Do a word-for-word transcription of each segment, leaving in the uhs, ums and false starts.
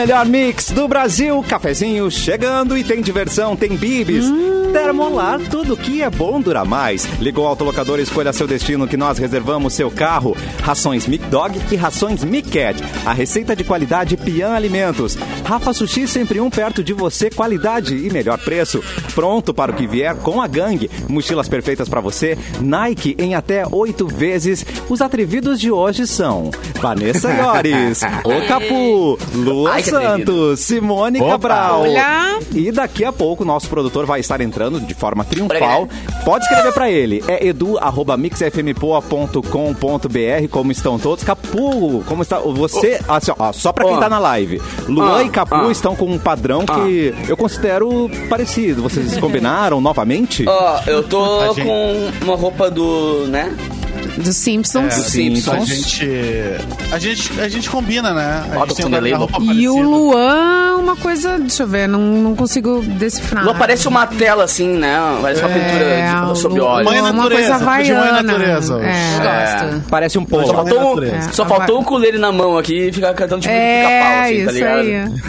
melhor mix do Brasil, cafezinho chegando e tem diversão, tem bibis. Hum. Termolar, tudo que é bom dura mais. Ligou ao autolocador e escolha seu destino que nós reservamos seu carro. Rações Mic Dog e rações Mic Cat. A receita de qualidade Pian Alimentos. Rafa Sushi, sempre um perto de você, qualidade e melhor preço. Pronto para o que vier com a gangue. Mochilas perfeitas para você. Nike em até oito vezes. Os atrevidos de hoje são Vanessa Iores, O Capu, Lua Ai, Santos, Simone Opa. Cabral. Olá. E daqui a pouco o nosso produtor vai estar entrando de forma triunfal. Pode escrever pra ele. É edu arroba mix f m poa ponto com ponto b r. Como estão todos? Capu, como está? Você, oh. assim, ó, só pra quem oh. tá na live. Luan oh. e Capu oh. estão com um padrão oh. que eu considero parecido. Vocês combinaram novamente? Ó, oh, eu tô gente... com uma roupa do, né? Dos Simpsons. É, Dos Simpsons. A gente, a gente, a gente combina, né? A Bota gente tem roupa e o Luan, uma coisa, deixa eu ver, não, não consigo decifrar. Luan parece uma tela assim, né? Parece uma pintura é, tipo, sobre óleo. Mãe uma coisa havaiana. Mãe natureza. É. É. Parece um pouco. Só faltou, é. só faltou o colher na mão aqui e ficar cantando tipo é, de pica-pau, assim, tá ligado?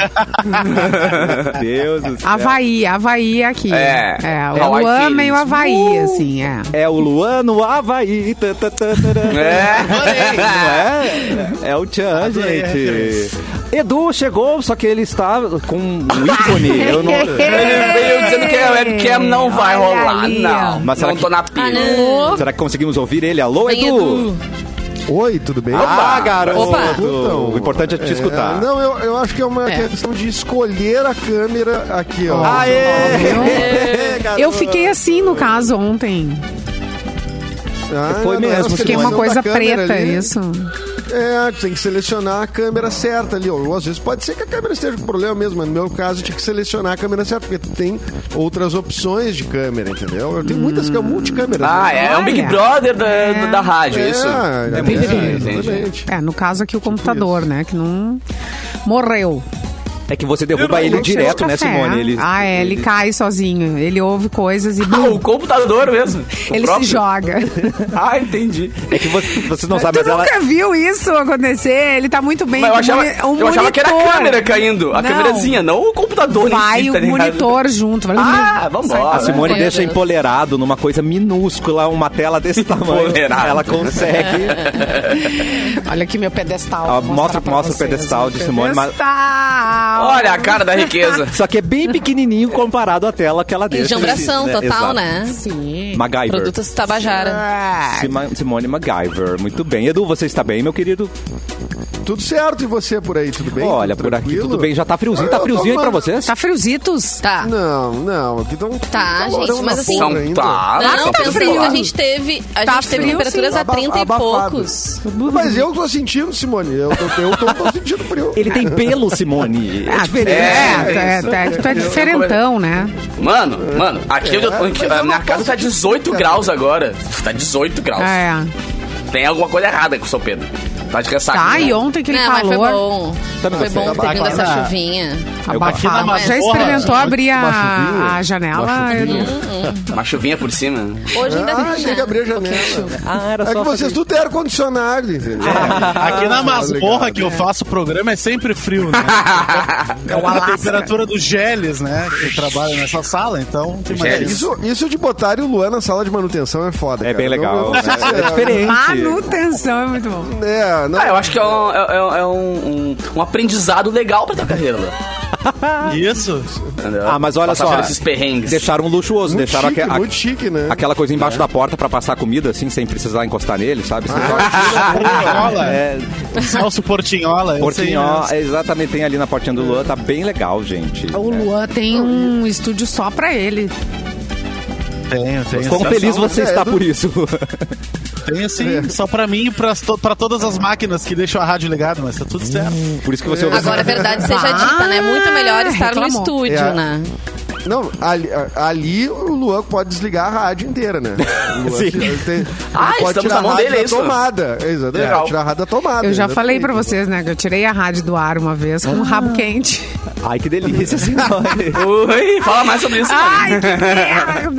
Meu Deus do céu. Havaí, Havaí aqui. É. é o Hawaii Luan Films. Meio Havaí, uh, assim, é. É o Luan no Havaí. Tã, tã, tã, tã. É. Não é? É o Tchan, gente. Edu chegou, só que ele está com um ícone. Eu não... Ele veio dizendo que a webcam não vai rolar, não. Mas será não que... tô na pila. Ah, será que conseguimos ouvir ele? Alô, Vem, Edu? Edu. Oi, tudo bem? Ah, garoto! Opa. Então, o importante é te escutar. É, não, eu, eu acho que é uma é. questão de escolher a câmera aqui, ó. Aê! Eu, eu fiquei assim, no caso, ontem. Ah, Foi não, mesmo. Fiquei uma coisa preta, ali. Isso. É, tem que selecionar a câmera certa ali. Ou às vezes pode ser que a câmera esteja com problema mesmo, mas no meu caso eu tinha que selecionar a câmera certa, porque tem outras opções de câmera, entendeu? Eu tenho hum. muitas câmeras, multicâmeras. Ah, né? é, é um Big Brother da, é. da rádio, é, isso? É, é, bem é, é, no caso aqui o computador, isso. né, que não morreu. É que você derruba ele direto, né, Simone? Ele, ah, é, ele, ele cai sozinho. Ele ouve coisas e... Ah, o computador mesmo? O ele próprio? Se joga. Ah, entendi. É que você, você não sabe... Tu nunca ela... viu isso acontecer? Ele tá muito bem... Mas eu achava, um eu achava que era a câmera caindo. A não. câmerazinha, não o computador vai em si, tá o monitor junto. Vai ah, vambora. A Simone deixa Deus. empolerado numa coisa minúscula, uma tela desse tamanho. Empolerado. Ela consegue... Olha aqui meu pedestal. Ah, mostra mostra o pedestal de Simone. Pedestal. Olha a cara da riqueza. Só que é bem pequenininho comparado à tela que ela deixa. E de ombração, né? Total, Exato. né? Sim. MacGyver. Produtos Tabajara. Simone MacGyver. Muito bem. Edu, você está bem, meu querido? Tudo certo, e você por aí, tudo bem? Olha, tudo por aqui tranquilo? tudo bem. Já tá friozinho? Tá friozinho aí pra vocês? Tá friozitos? Tá. Não, não. Aqui tão, tá, gente, mas assim... São tá. Não, não, tá pensando frio. que a gente teve, a tá gente teve frio, temperaturas sim. a trinta Aba- e poucos. Mas eu tô sentindo, Simone. Eu tô, eu tô, tô sentindo frio. Ele tem pelo, Simone. É diferente. É, é, é, tu é diferentão, né? Mano, mano, aqui, é, eu, aqui a minha casa tá dezoito graus agora. Tá dezoito graus. É. Tem alguma coisa errada com o São Pedro. Tá de ressaca. Tá, e ontem aquele não, calor. Mas foi bom. Tá foi bom ter vindo essa chuvinha. Abafado. Mas... Já experimentou abrir a, chuvinha, a janela? Uma chuvinha. Uma chuvinha por cima. Hoje ainda ah, tem, tem que abrir a janela. Ah, era é só que vocês tudo têm ar-condicionado, entendeu? É. Aqui na masmorra que eu faço o programa é sempre frio, né? É a temperatura dos geles, né? Que trabalha nessa sala, então... Tem isso, isso de botarem o Luan na sala de manutenção é foda, É cara. bem legal. Não, não é, é diferente. Manutenção é muito bom. É, não... Ah, eu acho que é um, é, é um, um, um aprendizado legal pra tua carreira. Isso. Entendeu? Ah, mas olha Passar só, esses perrengues. deixaram um luxuoso, muito deixaram chique, aque, muito chique, né? aquela coisa embaixo é. da porta pra passar comida, assim, sem precisar encostar nele, sabe? Portinhola. É. Celso Portinhola. Portinhola, exatamente, tem ali na portinha do Luan, tá bem legal, gente. O Luan tem um estúdio só pra ele. Tenho, tenho. Quão feliz você é, está do... por isso? Tem sim, é. só pra mim e pra, to, pra todas as máquinas que deixam a rádio ligada, mas tá tudo certo. Hum, por isso que você ouve Agora, a verdade seja dita, né? Muito melhor estar reclamou. no estúdio, É. né? Não, ali, ali o Luan pode desligar a rádio inteira, né? O Luan Sim. tem, Ah, pode estamos tirar na mão a rádio dele, é da isso? tomada. Exatamente, Legal. tirar a rádio da tomada. Eu já exatamente. falei pra vocês, né? Que eu tirei a rádio do ar uma vez com um rabo quente. Ai, que delícia, Simone. Ui, fala mais sobre isso. Ai, que merda!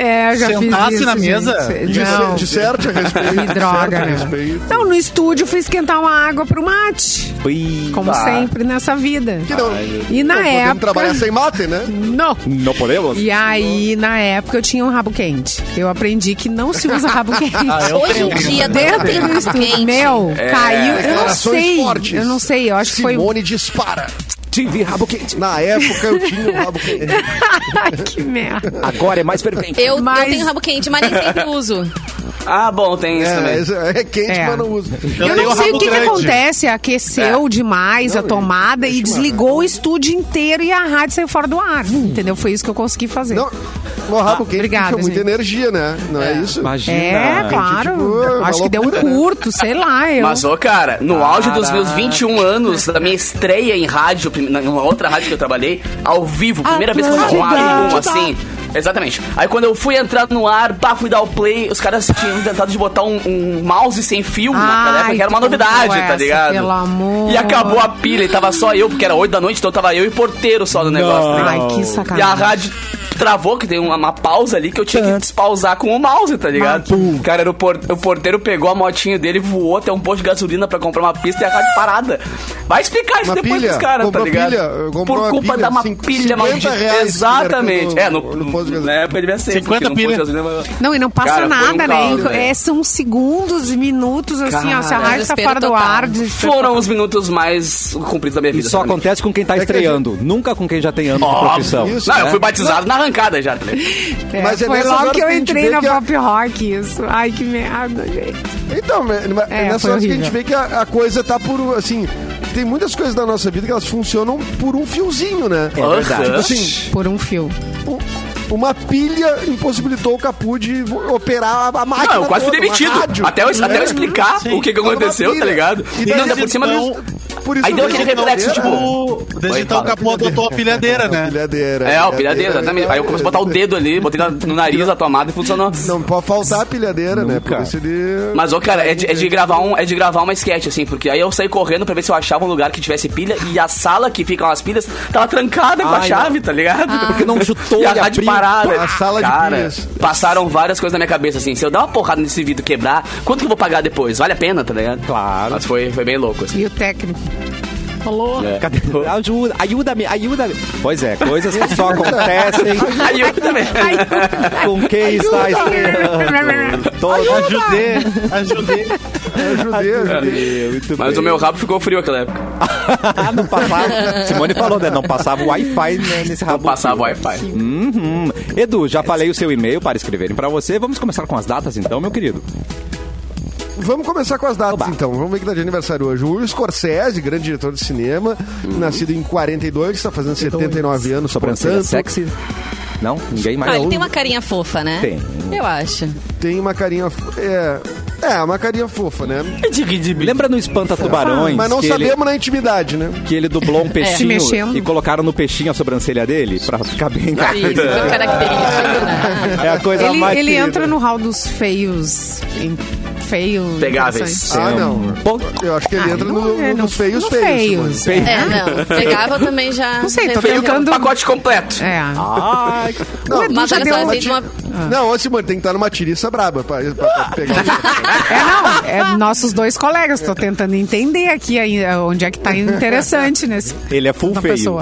É, já Sentasse fiz isso, na mesa? gente. Não. Disserte a respeito. Que droga, disserte a né? respeito. Não, no estúdio fui esquentar uma água pro mate. Ui, Como tá. sempre nessa vida. Que não, E na não podemos época... trabalhar sem mate, né? Não. Não podemos? E aí, na época, eu tinha um rabo quente. Eu aprendi que não se usa rabo quente. Ah, eu Hoje em tenho. dia, Dentro tem do rabo estúdio. quente. Meu, caiu. Eu não Declarações sei. fortes. Eu não sei, eu acho que foi... Simone dispara. Tive rabo quente. Na época eu tinha um rabo quente. Ai, que merda. Agora é mais fervente. Eu, Mas- eu tenho rabo quente, mas nem sempre uso. Ah, bom, tem isso É, também. esse- é quente, É. mas não usa. Eu, tenho não sei rabo o que, que grande. acontece. Aqueceu É. demais a tomada e desligou o estúdio inteiro e a rádio saiu fora do ar. Entendeu? Foi isso que eu consegui fazer. Não, o rabo quente obrigada, puxa muita gente. energia, né? Não é, isso? Imagina. É, claro. tipo, uma Acho que deu um loucura, né? curto, sei lá. Eu... Mas, ô, cara, no auge dos meus Caraca. vinte e um anos, da minha estreia em rádio, prim- numa outra rádio que eu trabalhei, ao vivo, primeira vez que eu fui no ar, um, assim. Exatamente. Aí quando eu fui entrar no ar, pá, fui dar o play, os caras tinham tentado de botar um, um mouse sem fio naquela Ai, época, que era uma tu novidade, contou tá essa, ligado? pelo amor. E acabou a pilha, e tava só eu, porque era oito da noite, então tava eu e porteiro só do negócio, tá ligado? Ai, que E a sacanagem. rádio travou, que tem uma, uma pausa ali que eu tinha que despausar com o mouse, tá ligado? Cara, era o, por- o porteiro pegou a motinha dele, voou até um posto de gasolina pra comprar uma pista e a rádio parada. Vai explicar isso Uma depois pilha? pros caras, tá Comprou ligado? pilha? Comprou Por uma culpa pilha da uma de cinco- pilha cinquenta maldita. reais Exatamente. no- é, no, no posto de gasolina. na época devia ser. cinquenta porque no posto de pilha. gasolina- Não, e não passa Cara, foi um nada, caos, né? velho. É, são segundos, minutos, assim, ó. Se a Cara, rádio tá desespero fora do total. ar... desespero Foram total. os minutos mais compridos da minha E vida. só sinceramente. acontece com quem tá É que a estreando. Nunca com quem já tem anos de Óbvio. profissão. Isso, Não, eu né? fui batizado na arrancada já, tá ligado? É, Mas é foi nessas logo horas que eu que a gente entrei vê na que a- pop rock, isso. Ai, que merda, gente. Então, é, É, nessa foi hora que a gente horrível. vê que a, a coisa tá por, assim... Tem muitas coisas da nossa vida que elas funcionam por um fiozinho, né? É verdade. Tipo assim, Por um fio. um- uma pilha impossibilitou o Capu de operar a máquina Não, eu quase fui toda, uma demitido. rádio. Até eu, até eu É. explicar Sim. o que, que Uma aconteceu, pilha. tá ligado? E E daí, não, ainda por cima... então- Por isso Aí deu aquele mesmo, reflexo, pilhadeira. tipo... Desde Oi, então o fala. Capu adotou a pilhadeira, né? Pilhadeira. É, o pilhadeira, exatamente. Aí eu comecei a botar o dedo ali, botei na- no nariz a tomada e funcionou. Não pode faltar a pilhadeira, né? Nunca. Por isso ele... Mas, ô, cara, é de, é de gravar um, é de gravar uma sketch, assim, porque aí eu saí correndo pra ver se eu achava um lugar que tivesse pilha e a sala que ficam as pilhas tava trancada com a Ai, chave, tá ligado? Porque não chutou E a e rádio abriu parada. a sala de Cara, pilhas. passaram várias coisas na minha cabeça, assim. Se eu dar uma porrada nesse vidro e quebrar, quanto que eu vou pagar depois? Vale a pena, tá ligado? Claro. Mas foi, foi bem louco, assim. E o técnico. Falou. É. Cadê? Ajuda, ajuda-me, ajuda-me. Pois é, coisas que só acontecem Aí eu também. com quem está estreando. Todo Ajudei, ajudei. Ajudei, ajudei. Muito Mas bem. o meu rabo ficou frio naquela época. não passava. Simone falou, né? Não passava o Wi-Fi né, nesse Não rabo. passava Wi-Fi. Uhum. Edu, já falei o seu e-mail para escreverem para você. Vamos começar com as datas então, meu querido. Vamos começar com as datas, Oba. então. Vamos ver que tá de aniversário hoje. O Will Scorsese, grande diretor de cinema, nascido em quarenta e dois, está fazendo setenta e nove anos, Sobrancelha portanto. sexy? Não? Ninguém mais? Ah, ele tem uma carinha fofa, né? Tem. Eu acho. Tem uma carinha... fo- É, é uma carinha fofa, né? Lembra no Espanta Tubarões? Mas não que sabemos ele, na intimidade, né? que ele dublou um peixinho mexendo. e colocaram no peixinho a sobrancelha dele pra ficar bem... Isso, foi característico, né? É a coisa Ele, mais ele querida. entra no hall dos feios. em- Feios. Pegáveis. Ah, É não. um pouco- Eu acho que ele Ah, entra não no, é, no, não- nos feios no feios. feios. Simone. É, não. Pegável também já. Não sei, tô já- tentando- Pacote completo. É. Ai, Não, Mas já olha deu só, uma assim, de uma... Não, ô Simone, tem que estar numa tiriça braba pra, pra- pra pegar o... É, não. É nossos dois colegas. Tô tentando entender aqui aí, onde é que tá interessante nesse. ele é full na feio. pessoa.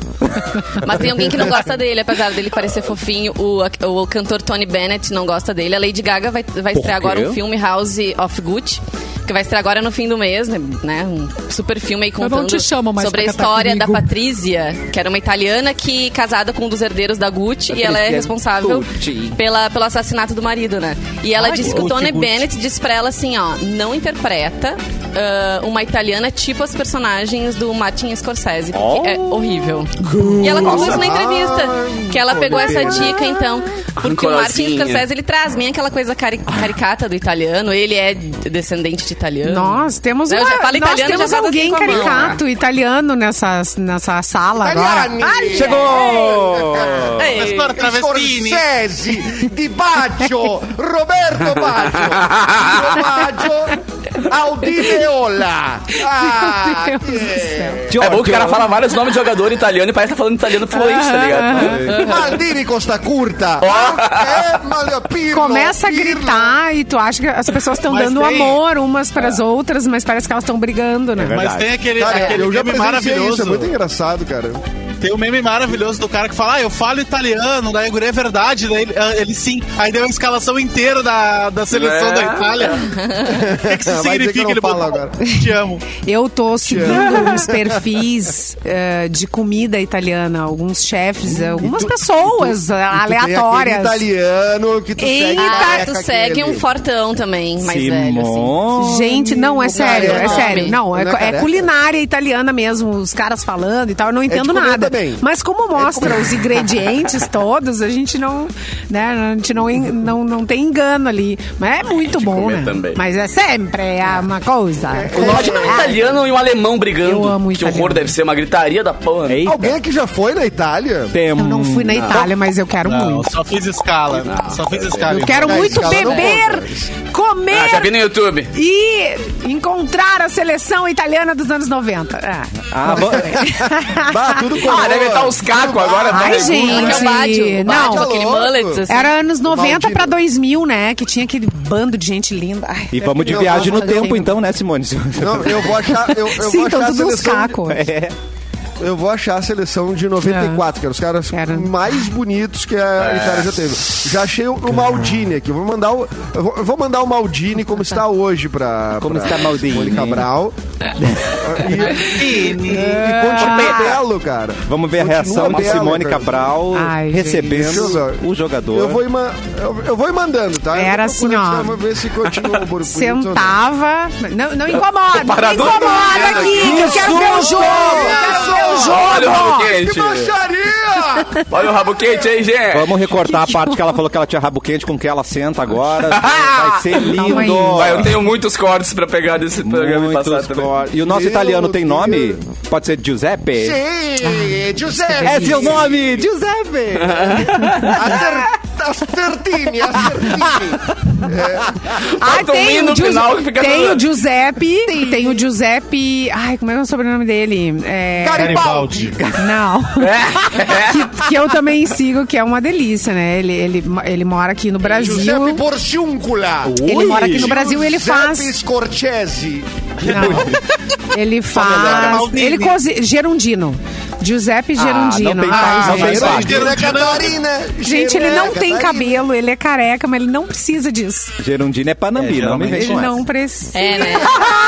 Mas tem alguém que não gosta dele, apesar dele parecer fofinho. O, o cantor Tony Bennett não gosta dele. A Lady Gaga vai, vai Por estrear quê? agora um filme, House of Gucci, que vai estrear agora no fim do mês, né? Um super filme aí não contando te chamo mais sobre a pra cantar história da comigo. Patrícia, que era uma italiana que casada com um dos herdeiros da Gucci e ela é Patrícia responsável Gucci. pela, pelo assassinato do marido, né? E ela Ai, disse que o Gucci, Tony Gucci. Bennett disse pra ela assim, ó, não interpreta ah, uma italiana tipo as personagens do Martin Scorsese, porque é horrível. E ela contou isso na entrevista, Ai, que ela pegou essa olha. dica, então, porque o Martin Rancorosinha. Scorsese, ele traz bem aquela coisa cari- caricata do italiano, ele é descendente de italiano. Nós temos, Eu uma, já falo nós italiano, temos já falo alguém assim com a mão. caricato italiano nessa, nessa sala agora. Italiani! Chegou! Ei, Agora, travestini. Scorsese, Di Baggio, Roberto Baggio, Di Baggio, Audite Areola. Ah, Meu Deus do céu. É bom que o cara fala vários nomes de jogador italiano e parece que tá falando italiano fluente, tá ligado? Maldini Costa Curta. É, Malio, Pirlo, Começa a Pirlo. gritar e tu acha que as pessoas estão Mas dando tem- amor umas pras outras, mas parece que elas estão brigando, né? Mas tem aquele, Cara, aquele eu já meme presenciei maravilhoso. isso, é muito engraçado, cara. Tem um meme maravilhoso do cara que fala, ah, eu falo italiano, daí a guria é verdade, daí ele, ah, ele sim. Aí deu a escalação inteira da, da seleção É. da Itália. O que, que isso Vai dizer que significa? eu não Ele falo botou, agora. te amo. Eu tô seguindo uns perfis eh, de comida italiana, alguns chefes, algumas tu- pessoas Tu tem aquele aleatórias. italiano que tu Eita, segue. Ah, careca tu segue aquele. um fortão também, mais velho, assim. Simone. Gente, não, é O sério, careca. é sério. Não, é, Não é é careca? culinária italiana mesmo, os caras falando e tal, eu não entendo comer nada. também. Mas como mostra os ingredientes todos, a gente não, né, a gente não, en- não, não tem engano ali. Mas é muito bom, comer né? também. Mas é sempre é uma coisa. Imagina um italiano e um alemão brigando. Eu amo Que italiano. horror, deve ser uma gritaria da porra. Eita. Alguém aqui já foi na Itália? Tem... Eu não fui na Itália, mas eu quero Não, muito. só fiz escala. só fiz escala. Eu quero Na muito escala não beber, conta. comer Ah, já vi no YouTube. e encontrar a seleção italiana dos anos noventa. Ah. Ah, vou... Bah, tudo com Ah, deve estar os cacos agora. Ai, tá gente. Aquele é o Bádio, o Não. Bádio, aquele Louco. mullets, assim. Era anos noventa Maldito. pra dois mil, né? Que tinha aquele bando de gente linda. Ai, E vamos de Não, viagem no não, tempo não. então, né, Simone? Não, eu vou achar, eu, eu Sim, vou estão achar a todos uns seleção. cacos. É. Eu vou achar a seleção de noventa e quatro, que eram os caras Era. mais bonitos que a Itália já teve. Já achei o, o Maldini aqui. Eu vou mandar o, eu vou, eu vou mandar o Maldini como está hoje pra, Como pra está Maldini? Simone Cabral. e, e, e continua belo, cara. Vamos ver a Continua reação de belo, Simone cara. Cabral Ai, recebendo gente. o jogador. Eu vou, ir ma- eu, eu vou ir mandando, tá? Eu Era vou assim, procurar ó. aqui, Vamos ver se continua o bonito ou não. Sentava. Não, não incomoda, não Parador incomoda do aqui. Menino Que eu quero ver o jogo. Eu quero ver o Olha o rabo jogo. quente. Que baixaria! Olha o rabo quente aí, gente. Vamos recortar a parte que ela falou que ela tinha rabo quente com que ela senta agora. Vai ser Calma aí. lindo. Vai, eu tenho muitos cortes pra pegar desse programa e Muitos passar também. cor- E o nosso Meu italiano tem Deus. nome? Pode ser Giuseppe? Sim, Giuseppe! É seu nome, Giuseppe! Acertini, acertini. Ah, Bota um tem i o, no Gius- final que fica tem tudo. o Giuseppe, tem o Giuseppe. Ai, como é, que é o sobrenome dele? É, Garibaldi. não. É. que, que eu também sigo, que é uma delícia, né? Ele, ele, ele mora aqui no Brasil. Giuseppe Porciúncula. Ele mora aqui no Brasil e ele faz. Giuseppe Scorchese. Não. Ele melhor. faz. Maldini. Ele cozinha. Gerundino. Giuseppe Gerundino. não tem Ai, mais, não gente. tem mais. Geruna Catarina. Gente, ele não tem Catarina. cabelo, ele é careca, mas ele não precisa disso. Gerundino é Panambi, É, não me geralmente vem Ele com essa. não precisa. É, né?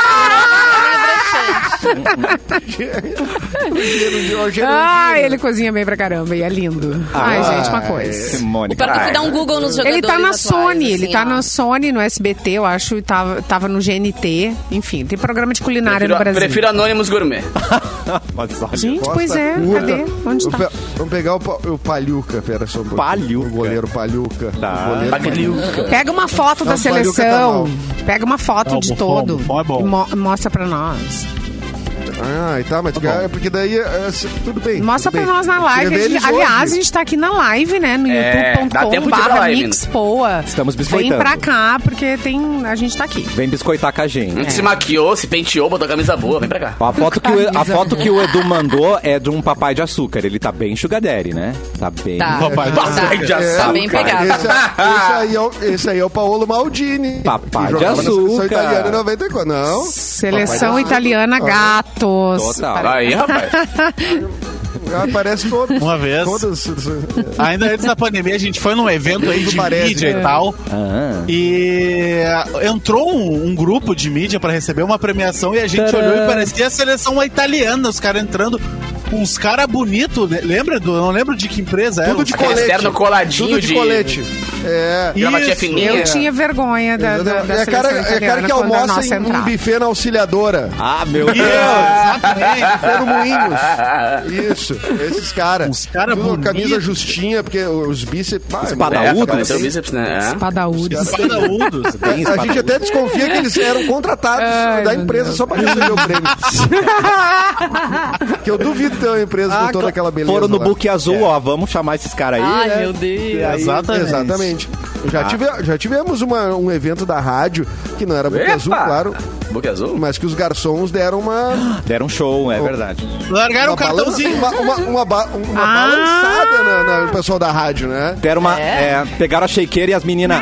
Ah, ele cozinha bem pra caramba e é lindo. Ai, gente, uma coisa. Simone. Pior que eu fui dar um Google nos jogadores Ele tá na atuais, Sony, ele assim, tá ó. na Sony, no S B T, eu acho, e tava, tava no G N T. Enfim, tem programa de culinária Prefiro, no Brasil. prefiro Anônimos Gourmet. Mas olha, Gente, Costa pois é, Curta. cadê? Onde Eu tá? pe- Vamos pegar o, pa- o Palhuca, pera só um pouquinho. Palhuca. O goleiro Palhuca. Tá. O goleiro Bagulho. Pega uma foto da Não, o Palhuca tá seleção, mal. pega uma foto Não, de bom, todo bom é bom. e mo- mostra pra nós. Ah, tá, mas tu quer- porque daí é, se- tudo bem. Mostra tudo pra bem. nós na Queria live. ver A gente- eles aliás, hoje. a gente tá aqui na live, né? No É, dá tempo youtube ponto com de ir pra barra live, mixpoa. Estamos Vem biscoitando. pra cá, porque tem, a gente tá aqui. Vem biscoitar com a gente. A gente se maquiou, se penteou, botou a camisa boa, vem pra cá. Ó, A foto, que o, a foto que o Edu mandou é de um papai de açúcar. Ele tá bem sugar daddy, né? Tá bem. Tá. Papai, Tá. Papai de Tá açúcar. bem pegado. Esse, esse, aí é o, esse aí é o Paolo Maldini. Papai que de jogava na seleção açúcar. italiana em noventa e quatro. Não. Seleção Papai de italiana, açúcar. gatos. Total. Aí, rapaz. Ah, parece todo. Uma vez. Todas. Ainda antes da pandemia, a gente foi num evento aí de Parece, mídia né? e tal. Ah. E entrou um, um grupo de mídia pra receber uma premiação e a gente Tcharam. olhou e parecia a seleção italiana, os caras entrando. Uns caras bonitos, né? Lembra do. Eu não lembro de que empresa era. Tudo de Aquele colete. externo coladinho Tudo de, de- colete. É. Gravatinha Isso. fininha. Eu tinha vergonha da, da, da é seleção cara, é italiana cara que quando a almoça nossa em um entrava. buffet na auxiliadora. Ah, meu Isso, Deus. exatamente. Buffet no Moinhos. Isso, esses caras. Uns cara Tudo bonito. camisa justinha, porque os bíceps... Ah, Espadaúdo, É, cara, seu tem- bíceps, né? É. Espadaúdos. Espadaúdos. Bem A gente espadaúdo. até desconfia que eles eram contratados Ai, da meu empresa Deus. só pra receber o prêmio. Que eu duvido ter uma empresa Ah, com toda aquela beleza foram no lá. book azul, ó. Vamos chamar esses caras aí. Ai, né? meu Deus. E aí- Exatamente. Exatamente. Já, tive, já tivemos uma, um evento da rádio, que não era Boca Epa! Azul, claro, Boca Azul? mas que os garçons deram uma... Deram um show, é verdade. Largaram Uma, o cartãozinho. balan- uma, uma, uma, ba- uma Ah! balançada na, na- no pessoal da rádio, né? Deram uma, é, pegaram a shakeira e as meninas...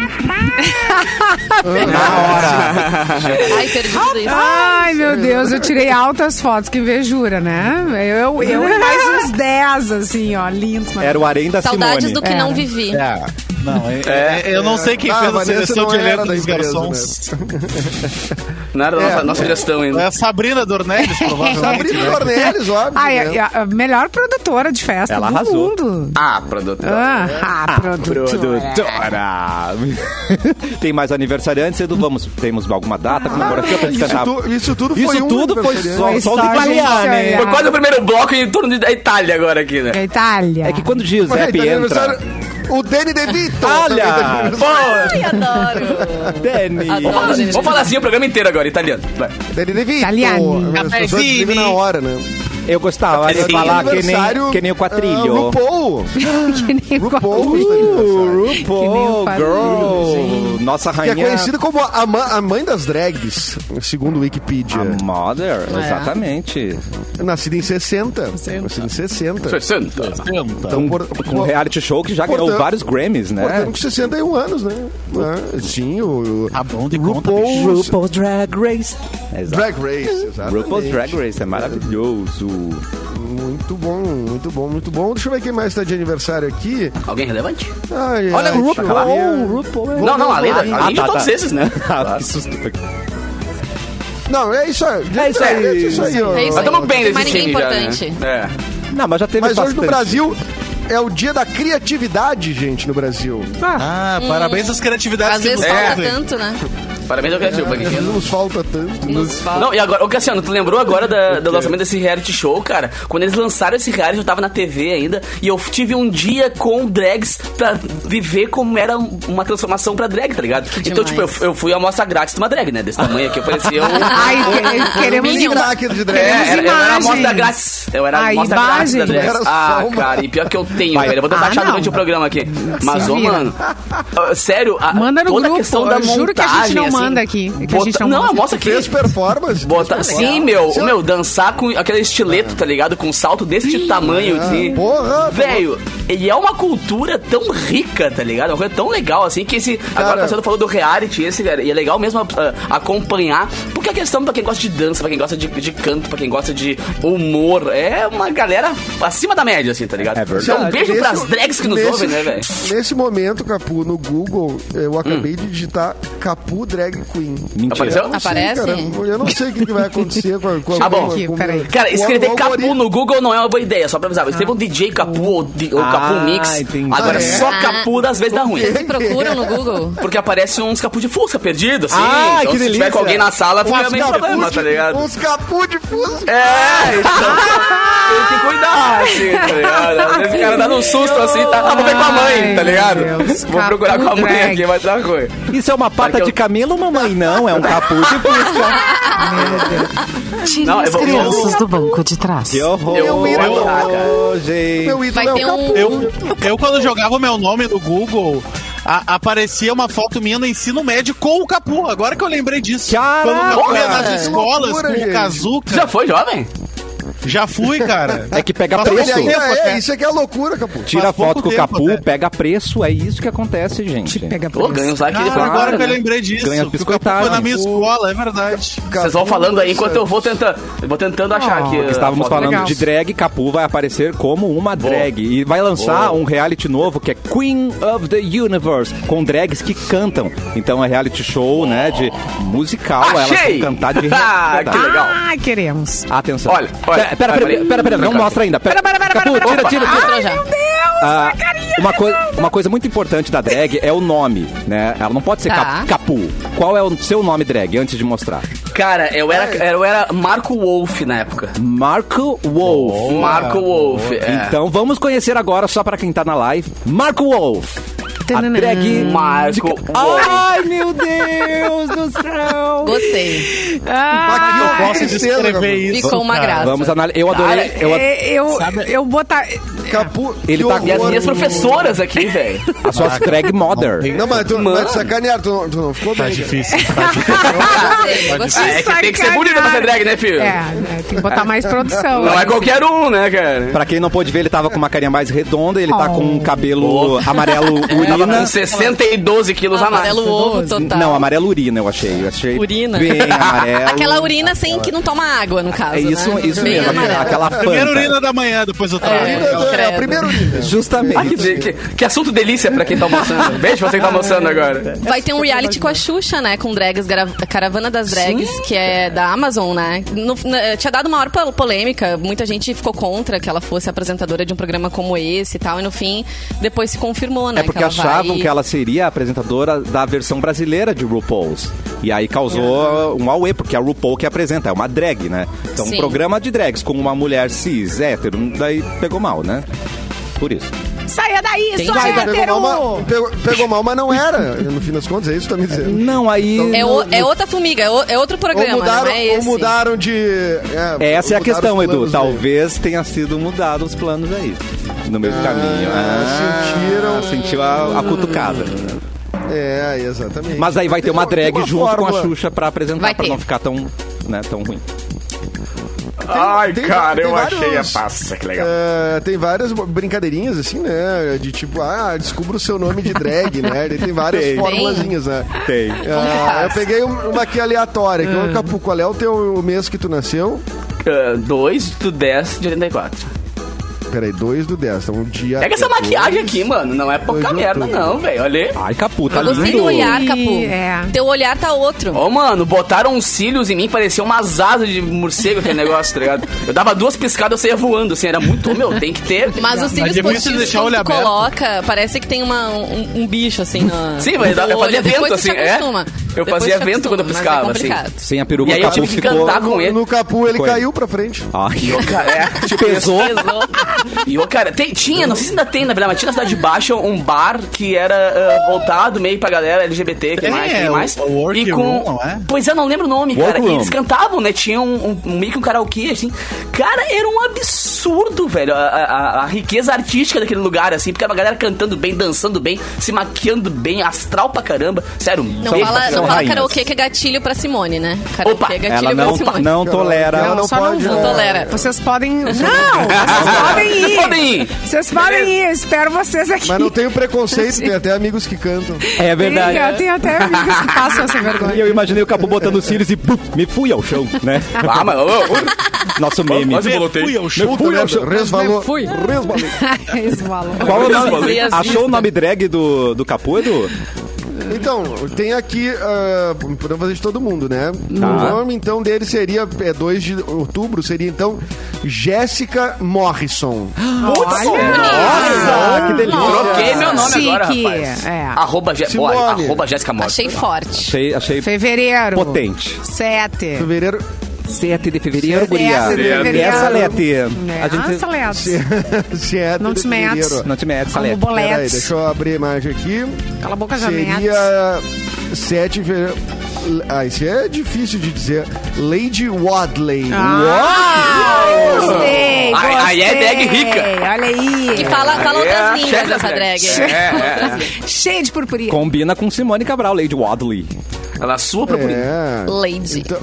Na hora. Ai, perdi tudo isso. Ai, meu Deus, eu tirei altas fotos, que invejura, né? Eu, eu e mais uns dez, assim, ó, lindos. Era o Arém da Saudades Simone. do que É. não vivi. É. Não, é, é, eu não sei quem Ah, fez a Vanessa seleção não de era elenco da dos empresa, garçons. Não era da É, nossa, nossa gestão É ainda. a Sabrina Dornelles, provavelmente. Sabrina né? Dornelles, óbvio. Ai, né? a, a melhor produtora de festa Ela do arrasou. mundo. Ah, produtor. Ah, ah, produtora. Produtora. Tem mais aniversariantes, Edu? Vamos, temos alguma data comemorativa pra gente Isso, cantar? tu- isso tudo foi Isso um tudo foi aniversariante. só, Foi só os só italianos. isso, Foi quase o primeiro bloco em torno da Itália agora aqui, né? É Itália. É que quando o Mas, Giuseppe tá entra... aniversário- O Danny DeVito. Olha! também tá Ai, adoro. Danny. Adoro. Vamos falar, assim, vamos falar assim o programa inteiro agora, italiano. Vai. Danny DeVito. Italiano. As pessoas vivem na hora, né? Eu gostava de Sim. falar que Aniversário, nem, que nem o ah, quadrilho. RuPaul. que nem RuPaul. Uh, Que nem RuPaul, o quadrilho, girl. Nossa Que é rainha. conhecido como a, ma- a mãe das drags, segundo o Wikipedia. A Mother, exatamente. Nascida em sessenta. Nascida em sessenta. sessenta. Então, por, Um reality show que já ganhou Portanto- vários Grammys, né? portanto, com sessenta e um anos, né? Ah, sim, o, o Tá bom de conta, RuPaul RuPaul's Drag Race. Exato. Drag Race, exatamente. RuPaul's Drag Race é maravilhoso. Muito bom, muito bom, muito bom. Deixa eu ver quem mais tá de aniversário aqui. Alguém relevante? Ai, Olha, ai, o deixa eu ver. RuPaul, RuPaul. é- Não, não, além, da, Ah, além de tá, todos tá. esses, né? Ah, que susto. Não, é isso aí. É isso aí. É isso aí, ó. É isso Mas aí. estamos bem Tem nesse mais ninguém time já, né? importante. É. Não, mas já teve Mas hoje bastante. no Brasil é o dia da criatividade, gente, no Brasil. Ah, parabéns às criatividades Às que vezes nos falta ouvem. tanto, né? Parabéns ao criativo, Paquinha. Não nos falta tanto. Nos falta. Não, e agora, ô Cassiano, tu lembrou agora da- do lançamento desse reality show, cara? Quando eles lançaram esse reality, eu tava na T V ainda, e eu tive um dia com drags pra viver como era uma transformação pra drag, tá ligado? Então, tipo, eu, demais. eu fui à amostra grátis de uma drag, né? Desse tamanho aqui, eu parecia um... Ai, que- queremos Mini ima- craque de É, drag. era, eu era a imagens. amostra grátis. Eu era a Ah, amostra grátis da imagens. drag. Era só Ah, uma- cara, e pior que eu tenho, velho. Eu vou tentar Ah, achar não. durante o programa aqui. Mas, Se ô, vira. mano, ah, sério, a, Manda no toda grupo, a questão da eu juro que a gente não montagem, assim, manda aqui, que a bota- gente não Não, mostra. mostra aqui. Fez performance. Bota, fez sim, performance. meu, Sim, meu, dançar com aquele estileto, tá ligado? Com um salto desse tamanho, assim. porra, Velho, e é uma cultura tão rica, tá ligado? Uma coisa tão legal, assim, que esse... agora o Cassiano falou do reality, esse, cara, e é legal mesmo ah, acompanhar, porque a questão pra quem gosta de dança, pra quem gosta de, de canto, pra quem gosta de humor, é uma galera acima da média, assim, tá ligado? É verdade. Então, um beijo Nesse- pras drags que nos nesse- ouvem, né, velho? Nesse momento, Capu, no Google, eu acabei de digitar Capu Drag Queen. Mentira. Apareceu? Eu não sei, Aparece? cara, eu não sei o que que vai acontecer com a... Com a Tá bom. com a- Aqui, com- peraí. Cara, com escrever o Capu algoritmo. no Google não é uma boa ideia, só pra avisar. Escreva um D J Capu ou, di- ou Ah, Capu Mix. entendi. Agora, Ah, é? só Capu das vezes dá ruim. Vocês procuram no Google? Porque aparece uns capuz de fusca perdido, assim. Ah, então, que se delícia. tiver com alguém na sala, fica Uns meio capuz problema, de- tá ligado? Uns Capu de fusca. É, então tem que cuidar, assim, tá ligado? Às vezes o cara dá um susto, assim, tá, ah, vou ver com a mãe, Ai, tá ligado? meu Deus, Vou procurar com a Capu mãe drag. aqui, vai dar ruim. Isso é uma pata Porque eu- de camelo, mamãe? Não, é um capuz de fusca. Tire Não, as eu vou- crianças do banco de trás. Que horror, Eu vou adorar, cara. gente. Meu ídolo Vai é ter o um... Capu. Eu, eu, quando jogava o meu nome no Google, a- aparecia uma foto minha no ensino médio com o Capu. Agora que eu lembrei disso. Caraca! Quando eu ia Olha, nas que escolas loucura, com gente. o Kazuca, Já foi jovem? já fui, cara. É que pega Mas Ele preço. ainda tempo é, até. isso aqui é loucura, Capu. Tira Faz foto pouco com o tempo, Capu, até. pega preço, é isso que acontece, gente. Pega Pô, ganha uns likes Cara, depois. agora que eu né? lembrei disso. Ganha que o Capu foi na minha escola, é verdade. Vocês vão falando aí enquanto eu vou tentando, eu vou tentando achar aqui. a Estávamos foto. falando legal. de drag, Capu vai aparecer como uma drag. E vai lançar Boa. um reality novo que é Queen of the Universe, com drags que cantam. Então é reality show, né, de musical. Elas Achei! vão cantar de Ah, verdade. que legal. Ah, queremos. Atenção. Olha, olha. Pera, pera, pera, Peraí. pera, pera, não mostra ainda. Pera, Pera, pera, Capu, pera, tira, pera. tira, tira. Mostrou já. Ah, uma, coi uma coisa muito importante da drag é o nome, né? Ela não pode ser Tá. cap Capu. Qual é o seu nome drag, antes de mostrar? Cara, eu era, eu era Marco Wolf na época. Marco Wolf. Marco Wolf. é. Então vamos conhecer agora, só pra quem tá na live, Marco Wolf. A Tananã. drag... Marco de- Wolf. Ai, meu Deus do céu. Gostei. Ah, Eu posso tristeza, descrever Capu. isso. Ficou uma cara. graça. Vamos analisar. Eu adorei... Cara, eu, é, eu, Sabe- eu botar. Capu, Ele que tá- E as horror. minhas professoras aqui, velho. As suas drag mother. Não, mas tu, Mano. mas sacanearam, tu, não- tu não ficou Tá bem. difícil. Tá difícil. Eu gostei. Ah, é que tem que ser bonita pra ser drag, né, filho? É, é, tem que botar mais produção. Não é qualquer um, né, cara? Pra quem não pôde ver, ele tava com uma carinha mais redonda, ele tá Oh. com um cabelo amarelo Tava urina. com sessenta e doze quilos a mais. Amarelo ovo total. Não, amarelo urina eu achei. Eu achei Urina. bem amarelo. Aquela urina sem que não toma água, no caso, É isso, né? isso Bem mesmo, amarelo. aquela Primeira fanta. urina da manhã, depois eu trago. É. É, é, credo. primeiro urina. Justamente. Ah, que, que, que assunto delícia pra quem tá almoçando. Beijo pra você que tá almoçando agora. Vai ter um reality com a Xuxa, né? Com drags, gra- Caravana das Drags, que é da Amazon, né? No- na- tinha dado uma maior pol- polêmica, muita gente ficou contra que ela fosse apresentadora de um programa como esse e tal, e no fim, depois se confirmou, né? É porque que ela achavam vai... que ela seria a apresentadora da versão brasileira de RuPaul's. E aí causou um auê, porque a RuPaul que apresenta, é uma drag, né? Então um Sim. programa de drags com uma mulher cis, hétero, daí pegou mal, né? Por isso. Saia daí, Tem sua que- hétero! Pegou mal, mas, pegou, pegou mal, mas não era. No fim das contas, é isso que tu tá me dizendo. Não, aí... É, o- é outra formiga, é, o- é outro programa, Ou mudaram, não é ou esse. mudaram de... É, Essa é a mudaram questão, os Edu. planos Talvez tenha sido mudado os planos aí. No meio do caminho. sentiram- Sentiu a, a cutucada. dele. É, exatamente. Mas aí vai ter uma Tem drag tem uma junto com a fórmula. Xuxa pra apresentar, Vai pra ter. não ficar tão, né, tão ruim. Ai, tem- cara, tem eu vários- achei a passa, que legal. É, tem várias brincadeirinhas, assim, né? De tipo, ah, descubra o seu nome de drag, né? Ele tem várias Tem. formulazinhas, né? Tem. Ah, eu peguei um- uma aqui aleatória. Que é o Capu, qual é o teu mês que tu nasceu? dois do dez de oitenta e quatro. Peraí, dois do dez. Então, um dia... Pega essa dois. maquiagem aqui, mano. Não é pouca Dois de merda, outubro. não, velho. Olha aí. Ai, Capu, tá Eu gostei lindo. do olhar, Capu. É. Teu olhar tá outro. Ô, mano, botaram uns cílios em mim, parecia umas asas de morcego aquele negócio, tá ligado? Eu dava duas piscadas, eu saía voando, assim, era muito, meu, tem que ter. Mas os cílios é difícil postiços deixar o quando olho tu aberto. coloca, parece que tem uma, um, um bicho, assim, no Sim, mas no eu fazia olho. vento, Depois tu assim, se é? acostuma. Eu Depois fazia tu se vento quando eu acostuma, piscava, mas é assim. complicado. Sem a peruca, E aí o eu Capu tive que ficou... cantar com ele. No Capu, ele Foi. caiu pra frente. Ai, Cara, é, tipo, pesou. Pesou. E, ô, cara, tem- tinha, não sei se ainda tem, na verdade, mas tinha na Cidade Baixa um bar que era ah, voltado meio pra galera L G B T, que Tem, mais, é, tem o- mais. o Work e com... Room, não é? Pois é, não lembro o nome, cara. Work E Room. eles cantavam, né? Tinha um, um, um meio que um karaokê, assim. Cara, era um absurdo, velho. A, a- a riqueza artística daquele lugar, assim, porque a galera cantando bem, dançando bem, se maquiando bem, astral pra caramba. Sério, Não bem- fala, são não fala rainhas. karaokê que é gatilho pra Simone, né? Karaokê Opa, é gatilho Ela pra não, Simone. não tolera... Ela não só pode, não Não né? tolera. Vocês podem... Não! Vocês podem ir! Vocês podem ir. Vocês podem ir, eu espero vocês aqui. Mas não tem o preconceito, tem até amigos que cantam. É verdade. Tem, eu tenho até amigos que passam essa E vergonha. eu imaginei o Capu botando os cílios e buf, me fui ao chão, né? Ah, mas... ô, ô, Nosso meme. Quase voltei. Fui ao Me show. fui ao chão. Resvalou. Fui. Resvalou. Esse valor. Qual é o nome? Desvalei as Achou vistas. o nome drag do, do Capu, Edu? Então, tem aqui, uh, podemos fazer de todo mundo, né? O nome, então, dele seria, é dois de outubro, seria, então, Jéssica Morrison. Nossa, que delícia. Troquei meu nome Chique, agora, rapaz. é. Arroba, Je- Simone. ó, arroba Jéssica Morte. Achei forte. Achei, achei Fevereiro. potente. Sete. Fevereiro, sete de fevereiro, Sete guria. de fevereiro. Essa, Lete. É, A gente... Salete. sete Não de te metes. fevereiro. Não te metes, Como Salete. Peraí, boletes. deixa eu abrir a imagem aqui. Cala a boca, já metes. Seria sete de fevereiro. Ah, isso é difícil de dizer. Lady Wadley. Ah, gostei, Aí- aí é gostei. drag rica. Olha aí. E fala, fala É a outras línguas chefe dessa da drag. É, é, é. Cheio de purpurina. Combina com Simone Cabral, Lady Wadley. Ela supra por isso. É. Lady. Então,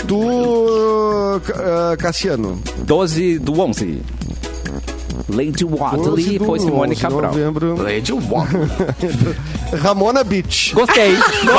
tu, uh, Cassiano. doze do onze. Lady Wadley doze do foi Simone onze, Cabral. Novembro. Lady Wong. Ramona Beach. Gostei.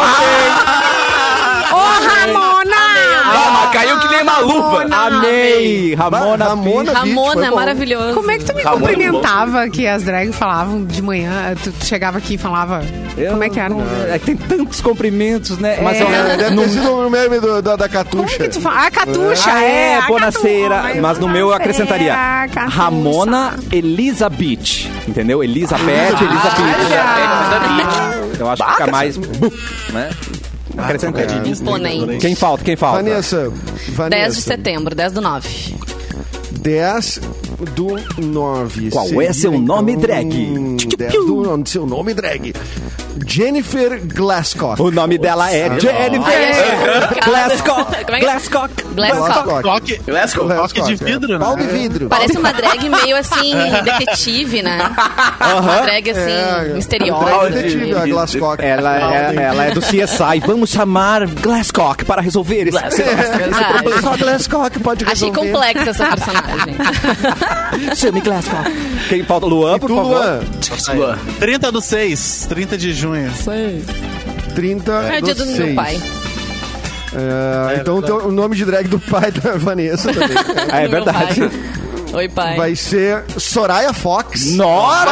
Ô, Ramona! Ah, mas caiu que nem uma luva. Amei. Ramona. Ramona Beach, Ramona, foi bom. maravilhoso. Como é que tu me Ramona, cumprimentava que as drags falavam de manhã? Tu chegava aqui e falava... Eu Como é que era? não- É que tem tantos cumprimentos, né? Mas É. eu, É, deve no, ter sido um meme do- da, da Como Catuxa. que tu fala? Ah, Catuxa, Ah, é. é, a bonaceira. Catu- Mas no meu eu acrescentaria Bonaceira, Catuxa. Ramona Elizabeth. Entendeu? Elizabeth, Ah, Elizabeth. Eu acho que fica mais... buf, né? Acrescentei. Imponente. Quem falta? Quem falta? Vanessa. Vanessa. dez de setembro, dez do nove. dez do nove. Qual Seria, é seu nome, então, drag? dez do nome do seu nome drag. Jennifer Glasscock. O nome dela é Jennifer Glasscock. Como é que- Glasscock. Glasscock. Toque, Glasgow. toque de vidro, né? Pau de vidro. Parece uma drag meio assim, detetive, né? Uma drag assim, É, misteriosa. é detetive, a Glasscock. Ela é, ela é do C S I. Vamos chamar Glasscock para resolver esse Verdade. Só a Glasscock pode Achei resolver. complexa essa personagem. Chame Glasscock. Quem falta? Luan, por Tu, favor. Luan, Luan. trinta do seis, trinta de junho. trinta É o dia do seis. meu pai. É, então tem o nome de drag do pai da Vanessa também. Ah, é Do meu verdade. pai. Oi, pai. Vai ser Soraya Fox. Nossa!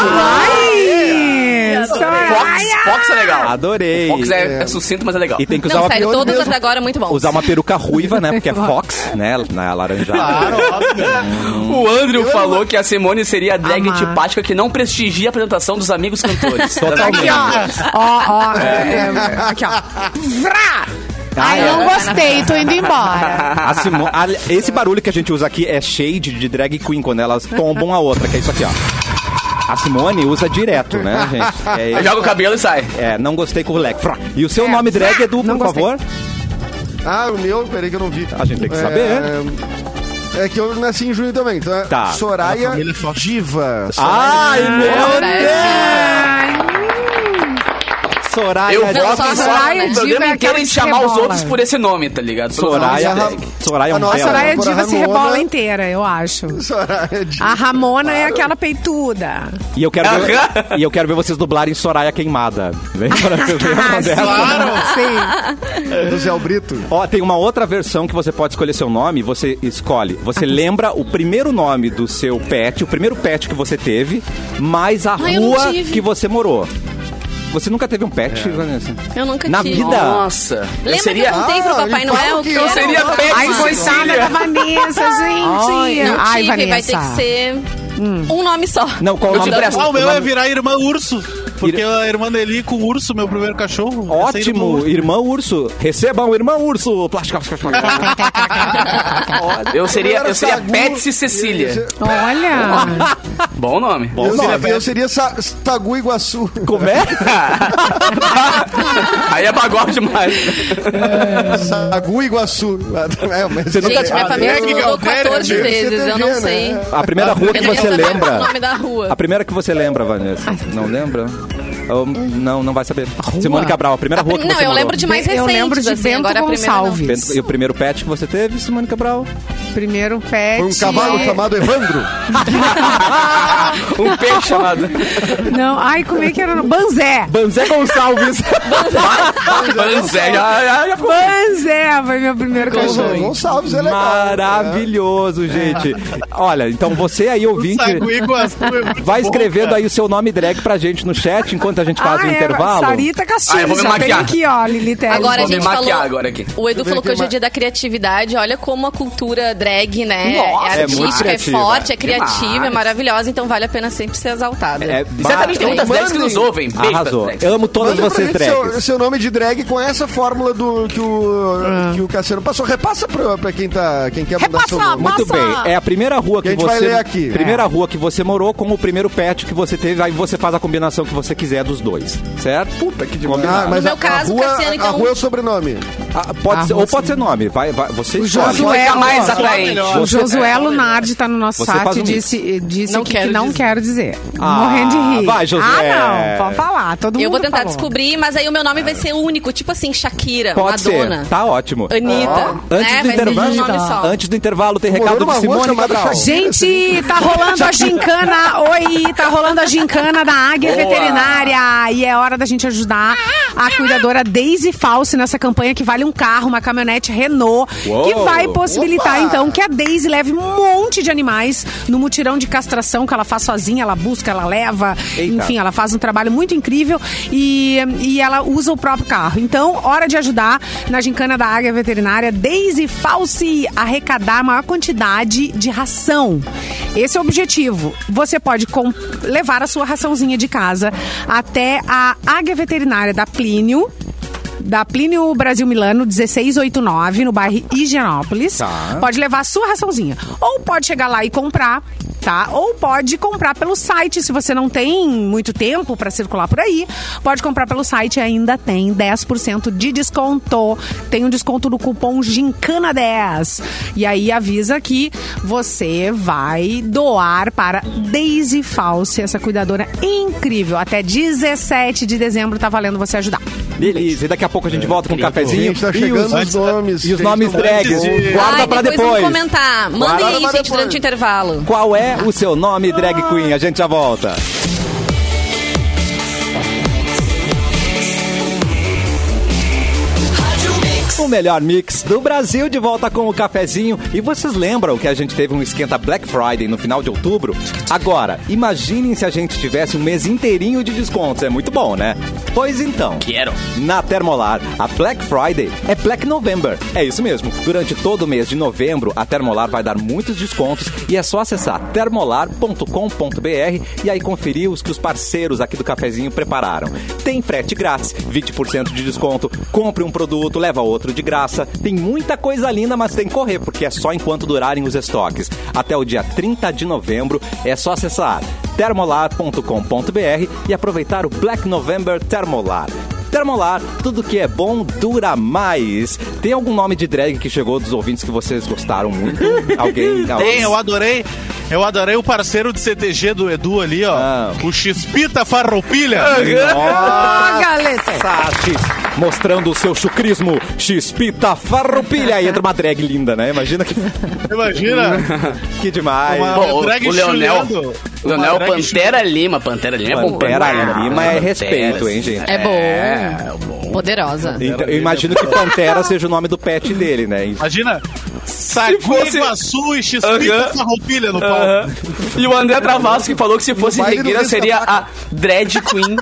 Ai, Fox, Soraya! Fox é legal. Adorei. Fox é, é sucinto, mas é legal. E tem que usar Não, uma, sério, peruca- todos até agora muito bons. usar uma peruca ruiva, né? Porque é Fox, né? Na laranjada. Claro, óbvio. O Andrew falou que a Simone seria a drag Amar. antipática que não prestigia a apresentação dos amigos cantores. Totalmente. Ó, ó, é, aqui, ó. Vrá! Ai, Ah, não é. gostei, tô indo embora. A Simo- a- esse barulho que a gente usa aqui é shade de drag queen, quando elas tombam a outra, que é isso aqui, ó. A Simone usa direto, né, gente? Aí É, joga o cabelo e sai. é, não gostei com o leque. Frá. E o seu nome drag, Edu, por Não gostei. favor? Ah, o meu, peraí que eu não vi. A gente tem que saber. É, é que eu nasci em junho também. Então é Tá. Soraya A família Fox. Diva. Ai, meu Soraya. Deus! Soraya Eu Diva. voto só só Soraya o Diva programa é inteiro aquela em que chamar os rebola. outros por esse nome, tá ligado? Pelos Soraya, nomes. Soraya é um A nossa belo. Soraya Agora, Diva se Ramona- rebola inteira, eu acho. Soraya Diva. A Ramona é aquela peituda. E eu quero ver, Aham. e eu quero ver vocês dublarem Soraya Queimada. Vem para vocês lembram dela? Sim. Do Zé Brito. Ó, tem uma outra versão que você pode escolher seu nome, você escolhe. Você lembra o primeiro nome do seu pet, o primeiro pet que você teve, mais a Ai, eu não rua tive. que você morou. Você nunca teve um pet, Vanessa? Eu nunca Na tive. vida? Nossa. Eu Lembra seria... que eu contei pro Ah, Papai ele falou Noel que que eu era seria um- pet Ai, coitada Cecília. da Vanessa, gente. Não Ai, tive, vai Vanessa. ter que ser um nome só. Não, qual o Eu nome te presto. Ah, o meu nome- é virar irmã urso. Porque a irmã dele com o urso, meu primeiro cachorro. eu saí do Ótimo, urso. irmã urso. Recebam, irmã urso. Plástica, plástica, plástica. Eu seria, eu seria Sagu. Petsy Cecília. Olha. Bom nome. Bom Eu, nome. seria, eu seria Sa- Sagu Iguaçu. Como é? Aí é bagulho demais. Sagu Iguaçu. É, mas Você nunca- Gente, minha Ah, família é se que mudou Galdério, quatorze né? vezes, eu não C T G, sei. né? A primeira rua que Eu queria você saber lembra. o nome da rua. A primeira que você lembra, Vanessa. Não lembra? Ou- não, não vai saber. Simone Cabral, a primeira rua que Não, você eu morou. lembro de mais Eu recentes, lembro de assim, Bento agora a primeira não. Gonçalves. Bento- E o primeiro pet que você teve, Simone Cabral? Primeiro pet. Foi um cavalo é- chamado Evandro. Um peixe chamado. Não, ai, como é que era? Banzé. Banzé Gonçalves. Banzé. Já, já, já ficou. Banzé foi meu primeiro cachorro. Gonçalves é legal. Maravilhoso, gente. Olha, então você aí, ouvinte, Sagu Iguaçu é muito vai bom, escrevendo cara. aí o seu nome drag pra gente no chat enquanto a gente faz Ah, o é, intervalo. Sarita Castilho. Ah, eu vou me já tem maquiar. aqui, ó, Lili Teles. Agora a Vou me gente maquiar falou. agora aqui. O Edu eu ver falou que quem hoje é ma- dia da criatividade. Olha como a cultura drag, né? Nossa, é é muito artística, é, criativa. forte, é criativa, Demais. é maravilhosa, então vale a pena sempre ser exaltada. É, E certamente tem muitas Então, drags que nos mandem. ouvem. Beijo Arrasou. pras drags. Eu amo todas Manda pra vocês gente seu, drags. seu nome de drag com essa fórmula do que o, que o Cassiano passou. Repassa pra, pra quem, tá, quem quer mudar seu nome. Muito Passa. bem, é a primeira rua que, Que a gente você vai ler aqui. primeira rua que você morou com o primeiro pet que você teve, aí você faz a combinação que você quiser dos dois, certo? Puta que demais. Ah, mas No meu a, caso, a rua, Cassiano, a então- rua é o sobrenome. Ah, pode ser, ou pode ser nome, vai, vai, você O escolhe. Josué, Fica mais ó, atraente. o Você- Josué Lunardi tá no nosso Você faz chat um e disse, disse Não aqui quero que não dizer. quero dizer. Ah, Morrendo de rir. vai, Josué. Ah, não, pode falar. Todo Eu mundo vou tentar falou. descobrir, mas aí o meu nome vai ser único, tipo assim, Shakira, Pode Madonna, ser, tá ótimo. Anitta. Antes né? do Vai ser intervalo, um nome só. antes do intervalo tem Morou recado numa de rua Simone chamada Cabral. Shakira. Gente, tá rolando a gincana. Oi, tá rolando a gincana da Águia Boa. Veterinária. E é hora da gente ajudar a cuidadora Daisy False nessa campanha que vale um carro, uma caminhonete Renault, Uou. que vai possibilitar, Opa. então, que a Daisy leve um monte de animais no mutirão de castração que ela faz sozinha, ela busca, ela leva, Eita. enfim, ela faz um trabalho muito incrível e, e ela usa o próprio carro. Então, hora de ajudar na gincana da Águia Veterinária, Daisy False, arrecadar a maior quantidade de ração. Esse é o objetivo. Você pode com- levar a sua raçãozinha de casa até a Águia Veterinária da Plínio, da Plínio Brasil Milano, dezesseis oitenta e nove, no bairro Higienópolis. Tá. Pode levar a sua raçãozinha. Ou pode chegar lá e comprar, tá? Ou pode comprar pelo site, se você não tem muito tempo pra circular por aí. Pode comprar pelo site e ainda tem dez por cento de desconto. Tem um desconto no cupom Gincana dez. E aí avisa que você vai doar para Daisy Falsi, essa cuidadora incrível. Até dezessete de dezembro tá valendo você ajudar. Beleza, e daqui a pouco a gente volta com um cafezinho. Gente, tá e chegando os, os nomes. e os Gente, nomes não drags. de- Guarda Ai, pra depois depois. vamos comentar. Mandem Guarda aí, pra gente, depois. durante o intervalo. Qual é o seu nome, drag queen? A gente já volta. O melhor mix do Brasil, de volta com o cafezinho. E vocês lembram que a gente teve um esquenta Black Friday no final de outubro? Agora, imaginem se a gente tivesse um mês inteirinho de descontos. É muito bom, né? Pois então, Quero. na Termolar, a Black Friday é Black November. É isso mesmo. Durante todo o mês de novembro, a Termolar vai dar muitos descontos e é só acessar termolar ponto com ponto b r e aí conferir os que os parceiros aqui do cafezinho prepararam. Tem frete grátis, vinte por cento de desconto, compre um produto, leva outro de graça. Tem muita coisa linda, mas tem que correr, porque é só enquanto durarem os estoques. Até o dia trinta de novembro, é só acessar termolar ponto com ponto b r e aproveitar o Black November Termolar. Termolar, tudo que é bom dura mais. Tem algum nome de drag que chegou dos ouvintes que vocês gostaram muito? Alguém? Tem, eu adorei. Eu adorei o parceiro de C T G do Edu ali, ó. Ah. O Chispita Farroupilha. Ó, galeta! Satis, mostrando o seu chucrismo. Xpita Farroupilha. Aí entra uma drag linda, né? Imagina que, Imagina. que demais. Uma Bom, drag o Leonel- chuleando. O Leonel Uma drag Pantera Lima. Pantera Lima é bom. Pantera Pantera Lima é Pantera, respeito, hein, gente? É bom. É, bom. Poderosa. Então, eu imagino que Pantera seja o nome do pet dele, né? Imagina. Sagui, fosse- Iguaçu e Chispita Aham. Farroupilha no palco. Aham. E o André Travasco que falou que se fosse baile do regueira Reis seria Tabaco. a Dread Queen.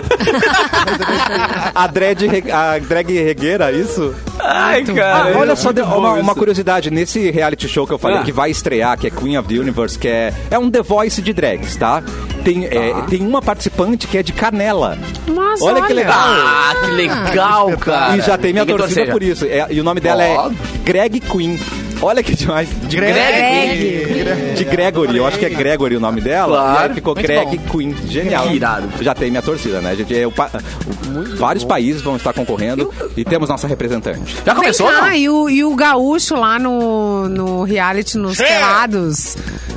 A, dread, re- a drag regueira, isso? Ai, Ah, cara. olha só, de- Muito bom uma, uma isso. curiosidade. Nesse reality show que eu falei Ah. que vai estrear, que é Queen of the Universe, que é, é um The Voice de drags, tá? Tem, é, tem uma participante que é de Canela. Nossa, Olha que legal. Ah, que legal, cara. E já tem minha que torcida torcer. por isso. É, e o nome dela Ó. é Greg Queen. Olha que demais. De Greg. De Gregory. Eu acho que é Gregory o nome dela. Claro. E aí ficou Muito Greg Queen. Genial. Que irado. Já tem minha torcida, né? Gente, é, o pa- o- vários países vão estar concorrendo e temos nossa representante. Já Vem começou, cá, não? e o, e o gaúcho lá no, no reality, nos É. Pelados.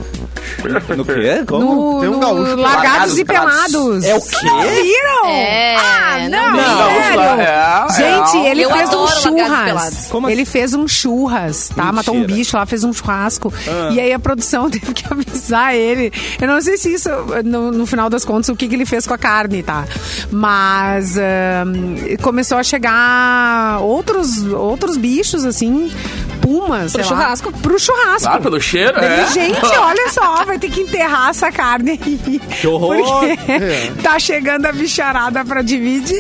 No quê? Como? No, Tem um no gaúcho Largados Largados e e Pelados. Pelados. É o quê? Não viram? É, Ah, não, não vi. sério. É, é. Gente, ele Eu fez um adoro Largados e churras. Pelados. Como Ele assim? fez um churras, tá? Mentira. Matou um bicho lá, fez um churrasco. E aí a produção teve que avisar ele. Eu não sei se isso, no, no final das contas, o que, que ele fez com a carne, tá? Mas ahn, começou a chegar outros, outros bichos, assim, pumas, Pro sei lá, churrasco. pro churrasco. Claro, pelo cheiro, Ele, é. gente, olha só, vai ter que enterrar essa carne aí. Que horror! Porque tá chegando a bicharada pra dividir.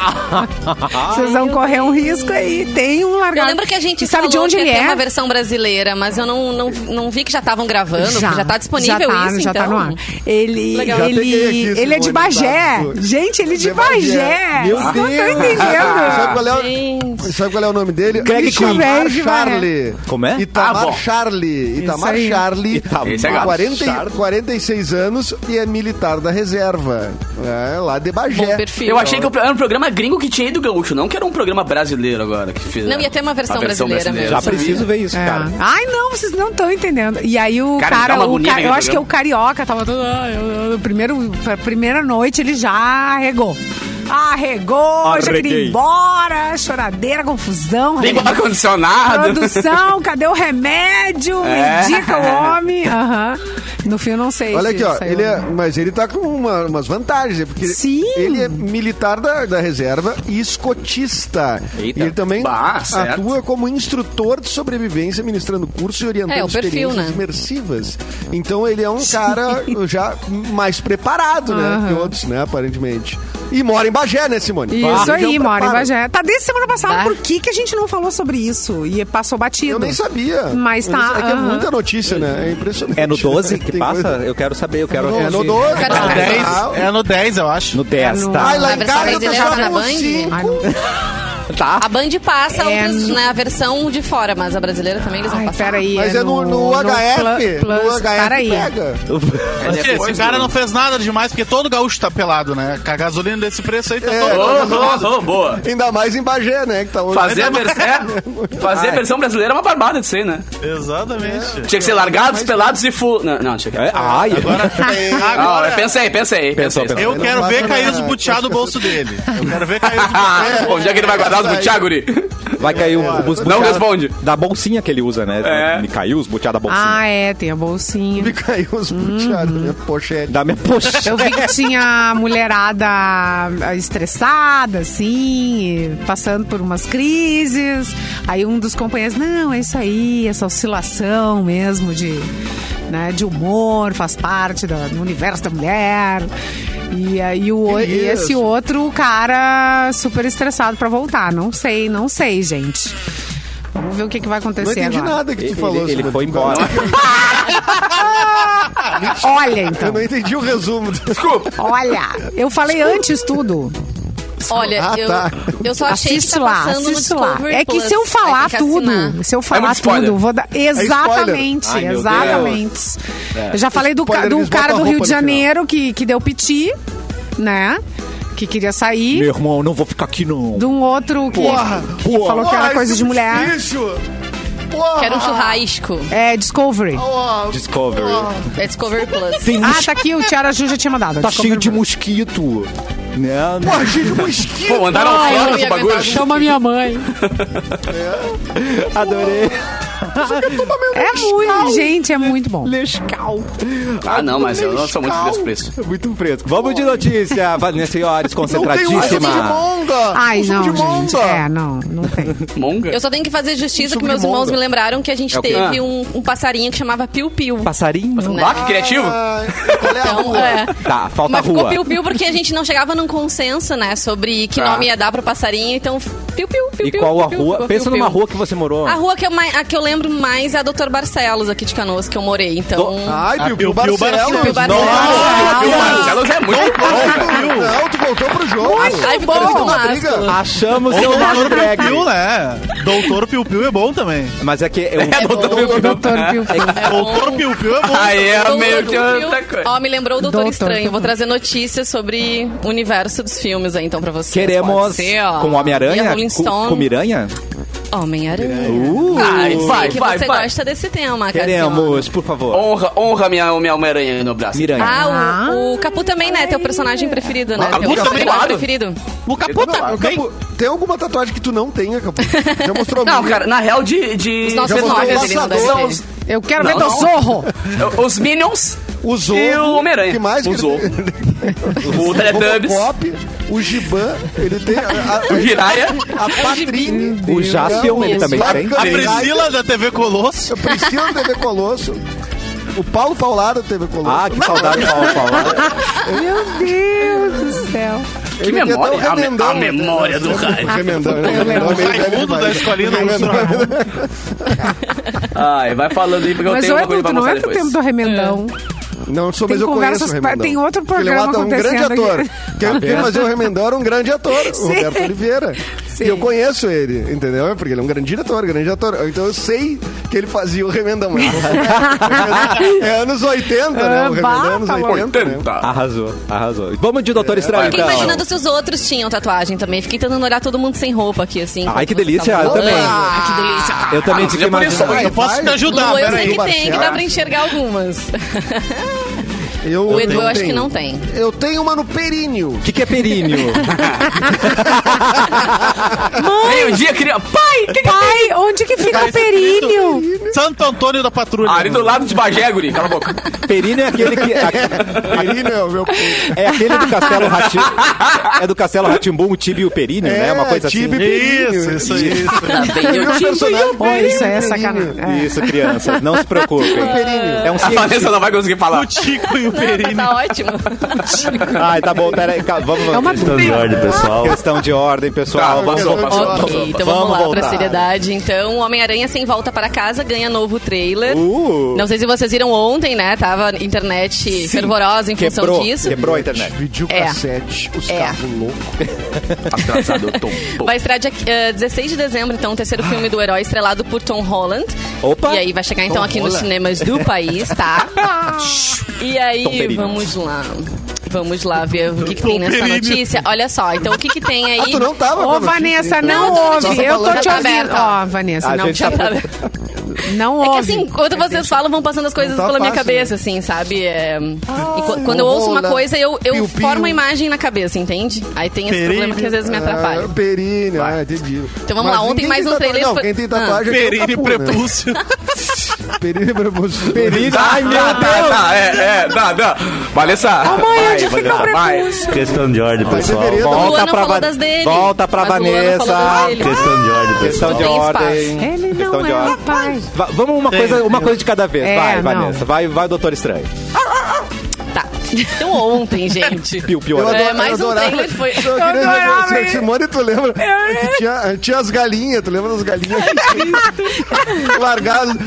Vocês vão correr um risco aí. Tem um largado. Eu lembro que a gente E sabe de falou onde que ele ia ter é? uma versão brasileira, mas eu não, não, não vi que já estavam gravando, já, já tá disponível já tá, isso, já então. tá no ar. Ele, Legal. Já peguei ele, aqui, ele é de Simone, Bagé. tá? Gente, ele é de De Bagé. Bagé. Meu Não tô Deus. entendendo. Sabe qual, é o, Gente. sabe qual é o nome dele? Greg Itamar Queen. Charlie. Como é? Itamar Ah, bom. Charlie. Itamar aí. Charlie. Itamar Esse é gato. quarenta, e- quarenta e seis anos e é militar da reserva. É, lá de Bom Bagé. perfil. Eu achei que era um programa gringo que tinha ido gaúcho, não que era um programa brasileiro agora. Que fez Não, ia ter uma versão brasileira mesmo. Já eu sabia. preciso ver isso, É. cara. Ai, não, vocês não estão entendendo. E aí o Cara, cara, dá uma o agonia ca- eu naquele acho que o programa. carioca tava todo. ah, eu- eu- No primeiro, a primeira noite ele já arregou. Arregou, já queria Arreguei. ir embora, choradeira, confusão. Liga o ar-condicionado. Produção, cadê o remédio? É. Me dica o homem. Aham. No fim eu não sei. Olha se aqui, ó. saiu. Ele é, mas ele tá com uma- umas vantagens, né? Porque Sim. ele é militar da, da reserva e escotista. Eita. E ele também Bah, certo. atua como instrutor de sobrevivência, ministrando cursos e orientando É, o perfil, experiências né? imersivas. Então ele é um cara já mais preparado, né? Aham. Que outros, né? Aparentemente. E mora em Bagé, né, Simone? Isso Bah, aí, já mora em prepara. Bagé. Tá desde semana passada, Bah. por que, que a gente não falou sobre isso? E passou batido. Eu nem sabia. Mas tá, É que é aham. muita notícia, né? É impressionante. É no doze que Tem passa? coisa- Eu quero saber, eu quero É no assistir. doze. quero É no saber. dez, é no dez, eu acho. No dez, É no- tá? Ai, lá A em versão casa eu tô brasileira só tá na com Band? cinco. Ai, não- Tá. A Band passa É, outras, no- né, a versão de fora, mas a brasileira também eles vão Ai, passar. peraí. Mas é no, no H F. Plus, no H F peraí. pega. Mas, tia, depois esse cara do- não fez nada demais, porque todo gaúcho tá pelado, né? Com a gasolina desse preço aí tá É. todo. Ô, ô, ô, boa. Ainda mais em Bagé, né? Que tá hoje. Fazer a versão, fazer a versão brasileira é uma barbada disso aí, né? Exatamente. Tinha que ser largados, pelados e full. Não, não, tinha que. É, ai, Ah, eu pensei, pensei. Pensou, pensei. pensou. Eu quero não ver passa cair nada. os butiá do bolso dele. Eu quero ver cair os Ah, butiá. onde é que ele vai guardar os butiá, guri? vai cair o, os Não buteados responde. da bolsinha que ele usa, né? É. Me caiu os buteados da bolsinha. Ah, é, tem a bolsinha. Me caiu os puteados, minha pochete. Da minha poxa. Eu vi que tinha a mulherada estressada, assim, passando por umas crises. Aí um dos companheiros, não, é isso aí, essa oscilação mesmo de, né, de humor, faz parte da- do universo da mulher. E aí o, Que e esse isso? outro cara super estressado pra voltar. Não sei, não sei, gente. Vamos ver o que, que vai Não acontecer entendi agora. nada que tu Ele, falou. ele sobre- foi embora. Olha, Eu então. não entendi o resumo. Desculpa. Olha, eu falei antes tudo. Olha, Ah, eu, tá. eu só achei Assiste que tá lá, passando no assiste lá. Discovery É que Plus. se eu Aí falar tem que assinar. tudo, se eu É falar muito spoiler. tudo, vou dar. Exatamente, Ai, meu exatamente. Eu já falei do, ca- Spoiler, do eles cara botam do a Rio roupa de no final. Janeiro que, que deu piti, né? Que queria sair. Meu irmão, não vou ficar aqui não. De um outro que, Porra, que porra. falou que era Ai, coisa de esse mulher. bicho. Porra. Quero um churrasco. É, Discovery. Ó, Discovery. É Discovery Plus. Tem Ah, mos- tá aqui, o Tiara Ju já tinha mandado. Tá Discovery cheio de Plus. mosquito. Né? Porra, cheio de mosquito. Pô, mandaram Ai, eu foto não do ia bagulho. aguentar. Chama minha mãe. Adorei. É muito, gente, é muito bom. Lescal. Ah, não, mas eu não sou muito fresco pra isso. Muito fresco. Vamos de notícia, Vanessa Senhores, Não tem um suco de concentradíssima. monga. Ai, um suco não, de gente. monga. É, não, não tem. Monga? Eu só tenho que fazer justiça Suco que de meus irmãos monga. me lembraram que a gente É o quê? teve Ah. um, um passarinho que chamava Piu Piu. Passarinho? Né? Ah, que criativo. Ah, qual é a Então, rua? é. Tá, falta a Mas ficou rua. Piu Piu porque a gente não chegava num consenso, né, sobre que Tá. nome ia dar pro passarinho, então Piu Piu, Piu E Piu, qual a Piu, rua? ficou Pensa Piu numa Piu. rua que você morou. A rua que eu, mai- a que eu lembro mais é a doutor Barcelos, aqui de Canoas, que eu morei, então... Ai, Piu Piu Piu Piu Barcelos. Barcelos. Piu Piu Barcelos. Nossa, o Marcelo é muito bom, cara. Não, tu voltou pro jogo. Aí ficou Vocês muito estão na briga. másculo. Achamos Ou seu nome Doutor Piu drag. Piu, né? Doutor Piu Piu é bom também. Mas é que eu, É, doutor Piu Piu. Doutor Piu Piu. Doutor Piu Piu é bom. Aí é Doutor meio que Piu Piu. outra coisa. Ó, me lembrou o Doutor, Doutor Estranho. Piu Vou Piu. trazer notícias sobre o universo dos filmes aí, então, pra vocês. queremos Pode ser, ó. com E a Homem-Aranha, Rolling com, Stone. com Miranha. Homem-Aranha. Uh, Vai, Sei vai, que vai, você vai. gosta desse tema, Queremos, por favor. Honra, honra minha, minha Homem-Aranha no braço. Miranha. Ah, o, o Capu também, né? Teu personagem preferido, né? Ah, Teu Capu também, personagem claro. preferido. O Caputa. Não, Vem. Capu, tem alguma tatuagem que tu não tenha, Capu? Já mostrou a Não, minha. cara, na real, de. de Os nossos Já mostrou nomes o ele não deve laçador, ter. os- Eu quero Não, ver teu não. zorro. Os Minions, O Zorro. E o Homem-Aranha. que mais? O que Zorro. ele- o Teletubbies, Robocop, o Giban, ele tem a, a, o Jiraya. a Patrine. O Jaspion, ele Não, também o tem. Zaca- A Priscila da T V Colosso. A Priscila da T V Colosso. O Paulo Paulado da T V Colosso. Ah, que saudade, Paulo Paulo. Meu Deus do céu. Que Ele tem até memória. o A, me- remendão. a memória do rádio. Remendão. Raimundo da escolinha do Monstro Raimundo. Ai, vai falando aí, porque eu Mas tenho o uma coisa Edu, pra tu não mostrar é pro depois. tempo do remendão. Não sou, Tem mas eu conheço conversas- o Remendão. tem outro Porque ele programa é um grande acontecendo ator. aqui. Quem, quem fazia o Remendão era um grande ator, o Roberto Oliveira. Sim. E eu conheço ele, entendeu? Porque ele é um grande diretor, grande ator. Então eu sei que ele fazia o Remendão. Mas é anos oitenta, né? O Ah, Remendão é anos bah, tá oitenta, né? Oitenta. Arrasou, arrasou. Vamos de Doutor Estranho, Fiquei então. imaginando se os outros tinham tatuagem também. Fiquei tentando olhar todo mundo sem roupa aqui, assim. Ai, que enquanto você delícia, tava eu falando. também. Ah, que delícia. Eu também Ah, fiquei mas é por isso, imaginando. Eu posso te ajudar, Lu, eu sei peraí. que tem, que dá Barcelos. pra enxergar algumas. Eu, O Edu, eu acho tenho. que não tem. Eu tenho uma no períneo. O que, que é períneo? Meio dia, queria. Pai! Que que é? Pai, onde que fica o períneo? Santo Antônio da Patrulha. Ah, ali do lado de Bagé, guri. Cala a boca. Períneo é aquele que. Períneo é o meu... É aquele do Castelo Ratim. É do Castelo Ratimbum, o Tibio e o Períneo, né? Uma coisa Tibi assim. Períneo. Isso, isso, isso. Lá vem Meu o time. personagem Pô, isso é Períneo. sacanagem. É. Isso, crianças, não se preocupem. É um A Vanessa cientista. não vai conseguir falar. O Tico e o Períneo. Tá ótimo. Ai, tá bom, peraí. ca- Vamos É uma questão de ordem, pessoal. Questão de ordem, pessoal. Tá, vamos, passou, passou. Ok. então vamos, Vamos lá voltar. pra seriedade. Então, o Homem-Aranha Sem Volta para Casa ganha novo trailer. Uh. Não sei se vocês viram ontem, né? Tava internet Sim. fervorosa em função Quebrou, disso. quebrou a internet. Videocassete, os É. carros loucos. Atrasado, eu tô. Vai estrear dia uh, dezesseis de dezembro, então, o terceiro filme do herói estrelado por Tom Holland. Opa. E aí vai chegar, então, Tom aqui nos Holland. cinemas do país, tá? E Tom aí, Perino. vamos lá. Vamos lá ver o que, que tem Tom nessa Perino. notícia. Olha só, então, o que, que tem aí... Ah, tu não tava com Ô, a notícia, Vanessa, então. não Não, ouve. só Eu tô falando. te Já tá ouvindo. aberta. Ó, Vanessa, A não, gente já tá- não É ouve. que assim, quando vocês falam, vão passando as coisas Não tá pela minha fácil, cabeça, assim, sabe? É, e qu- quando eu ouço uma rola, coisa, eu, eu piu, piu. formo uma imagem na cabeça, entende? Aí tem esse Períneo. problema que às vezes me atrapalha. Ah, períneo, ah, entendi. Então vamos lá, ontem quem mais tem um tatuagem- trailer Não, foi- quem tem Ah. tatuagem é Períneo e o Capu, né? prepúcio. Períneo e prepúcio. Períneo. Ai, meu Tá, Deus. tá, é, é, dá, dá. Vanessa. Mãe, onde vai, fica o Vanessa, vai. prepúcio? Questão de ordem, Vai pessoal. deveria O dar- Luan Volta não pra, falou Va- das dele. volta pra Mas o Luan não Vanessa. falou das dele. Questão de ordem, Questão pessoal. de Tem ordem. Ele Questão não de é ordem. rapaz. Va- vamos uma coisa, uma coisa de cada vez. É, vai, não. Vanessa. Vai, vai, Doutor Estranho. Tá. Então ontem, gente. Piu, piu. Eu É, adoro- mais eu um adorava- trailer foi- Eu queria dizer, adorava assim, ele. Simone, tu lembra? Que tinha, tinha as galinhas, tu lembra das galinhas? Largadas.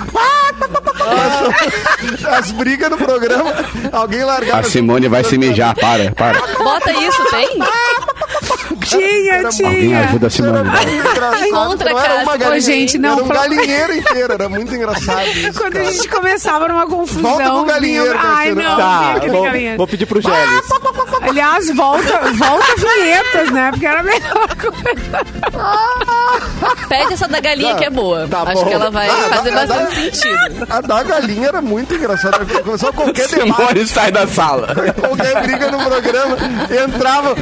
As, as brigas no programa, alguém largava. A Simone vai se mijar, para, para. Bota isso, tem? Tinha, Era- tinha. Alguém ajuda a Simone. vai. Encontra não era casa, uma ô, galinha, gente, não, era um pra- galinheiro inteiro, era muito engraçado isso, Quando a cara. gente começava numa confusão. Volta pro galinheiro, vinha- Ai, Cassiano. não, Tá, vinha aquele vou, galinheiro. vou pedir pro Gélis. Aliás, volta, volta vinhetas, né? Porque era a melhor coisa. Pede essa da galinha que é boa. Tá Acho bom. que ela vai Ah, fazer dá- bastante dá- sentido. A da galinha era muito engraçada. Começou qualquer debate, Simone sai da sala. qualquer briga no programa, entrava.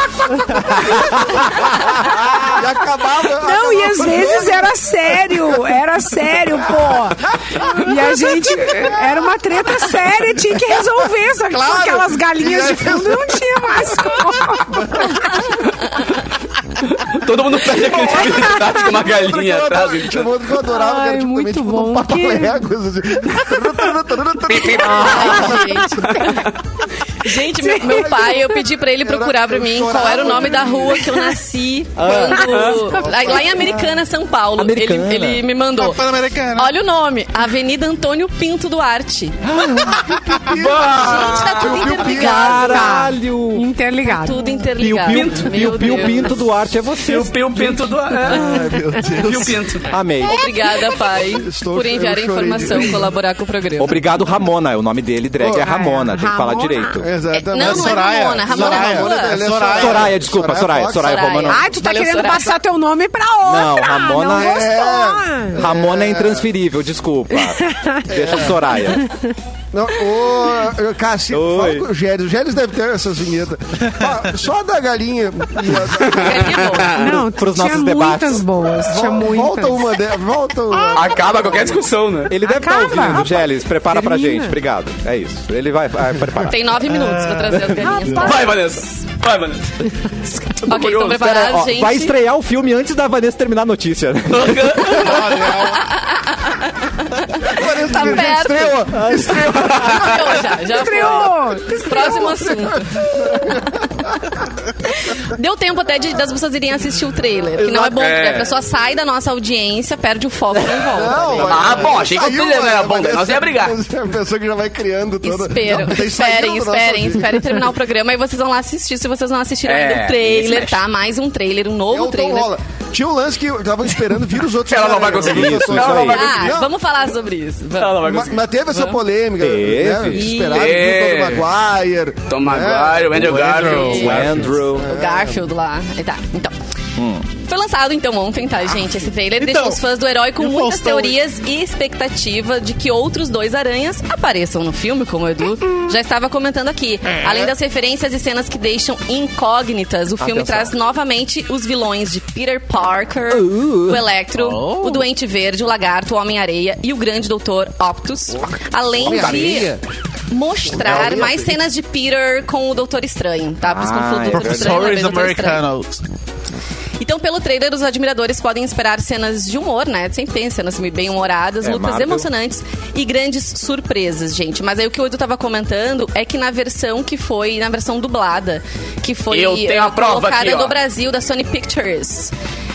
E acabava. Não, e às vezes era sério, era sério, pô. E a gente, era uma treta séria, tinha que resolver, só que com Claro. aquelas galinhas E aí- de fundo não tinha mais como. Todo mundo perde aquele tipo de idade com uma galinha Eu atrás. adorava- Tinha um outro que eu adorava, que Ai, era tipo, muito também, tipo bom, um papaléguas, assim. Ai, gente. Gente, meu, meu pai, eu pedi pra ele procurar pra mim qual era o nome da rua que eu nasci quando. Lá, lá em Americana, São Paulo. Ele, Americana. ele me mandou. Pan-Americana. Olha o nome, Avenida Antônio Pinto Duarte. Gente, tá tudo interligado. Caralho. Interligado. Tudo Piu, interligado. piu, Meu piu, piu, Deus. Pinto Duarte é você. Piu, piu, pinto do... Ai, meu Deus. Piu, pinto. Amei. Obrigada, pai, Estou- por enviar a eu chorei de informação, rir. colaborar com o programa. Obrigado, Ramona. O nome dele, drag, é Oh, Ramona. Tem que falar Ramona. direito. Exatamente. Não, não é Soraya. Ramona. Ramona é Soraya. rua. Ela é Soraya. Soraya, desculpa, Soraya. Fox. Soraya, Soraya. Romana. Ai, tu tá Valeu, querendo Soraya. passar teu nome pra outra. Não, Ramona não é- gostou. Ramona é intransferível, desculpa. Deixa Soraya. Não, ô, Cássio, Oi. fala com o Gélis. O Gélis deve ter essas vinhetas. Ah, só da galinha. e a- Não, Pros tinha nossos muitas debates. boas. Tinha muitas. Volta uma delas. Volta uma. Acaba qualquer discussão, né? Ele deve estar Acaba. ouvindo, Gélis. Prepara pra Termina. gente. Obrigado. É isso. Ele vai, vai preparar. Tem nove minutos pra trazer as galinhas. Vai, Vanessa. Vai, Vanessa. Ok, estão preparados, Pera, ó, gente? vai estrear o filme antes da Vanessa terminar a notícia. né? Tá perto. Estreou. Estreou. Estreou já, já Estreou. foi. Próximo assunto. Deu tempo até de, das pessoas irem assistir o trailer, que não é bom, É. porque a pessoa sai da nossa audiência, perde o foco e não volta. Não, Ah, mas- bom, achei que o saiu, trailer não era mas- bom, daí nós ia brigar. A pessoa que já vai criando toda. Espero, Não, tem esperem, saído da nossa esperem, audiência. esperem terminar o programa e vocês vão lá assistir, se vocês não assistiram É, ainda o ninguém trailer, se tá? Mais um trailer, um É novo o Tom trailer. Holland. Tinha um lance que eu tava esperando vir os outros. Ela não vai Homem-Aranha. conseguir isso, Não, ela não vai Ah, Não. vamos falar sobre isso. Vamos. Ela não vai Ma- conseguir. Mas teve essa polêmica, Teve. né? Esperado vir Teve. o Tobey Maguire. Tom né? Maguire, o Andrew Garfield. O Andrew. O Garfield lá. E tá, então. Foi lançado então ontem, tá, gente? Esse trailer Então, deixou os fãs do herói com e o muitas Faustão? teorias e expectativa de que outros dois aranhas apareçam no filme, como o Edu já estava comentando aqui. Além das referências e cenas que deixam incógnitas, o filme Atenção. traz novamente os vilões de Peter Parker, o Electro, o Doente Verde, o Lagarto, o Homem-Areia e o Grande Doutor Octus. Além de Homem-Areia? mostrar Homem-Areia, mais sim. cenas de Peter com o Doutor Estranho, tá? Por isso que eu Ah, falo é Doutor verdade. Estranho, na vez Professores do Doutor Estranho. Americanos. Então, pelo trailer, os admiradores podem esperar cenas de humor, né? Sempre tem cenas bem humoradas, É, lutas Marvel. emocionantes e grandes surpresas, gente. Mas aí o que o Edu tava comentando é que na versão que foi, na versão dublada, que foi Eu tenho a eh, prova colocada aqui, ó. no Brasil da Sony Pictures.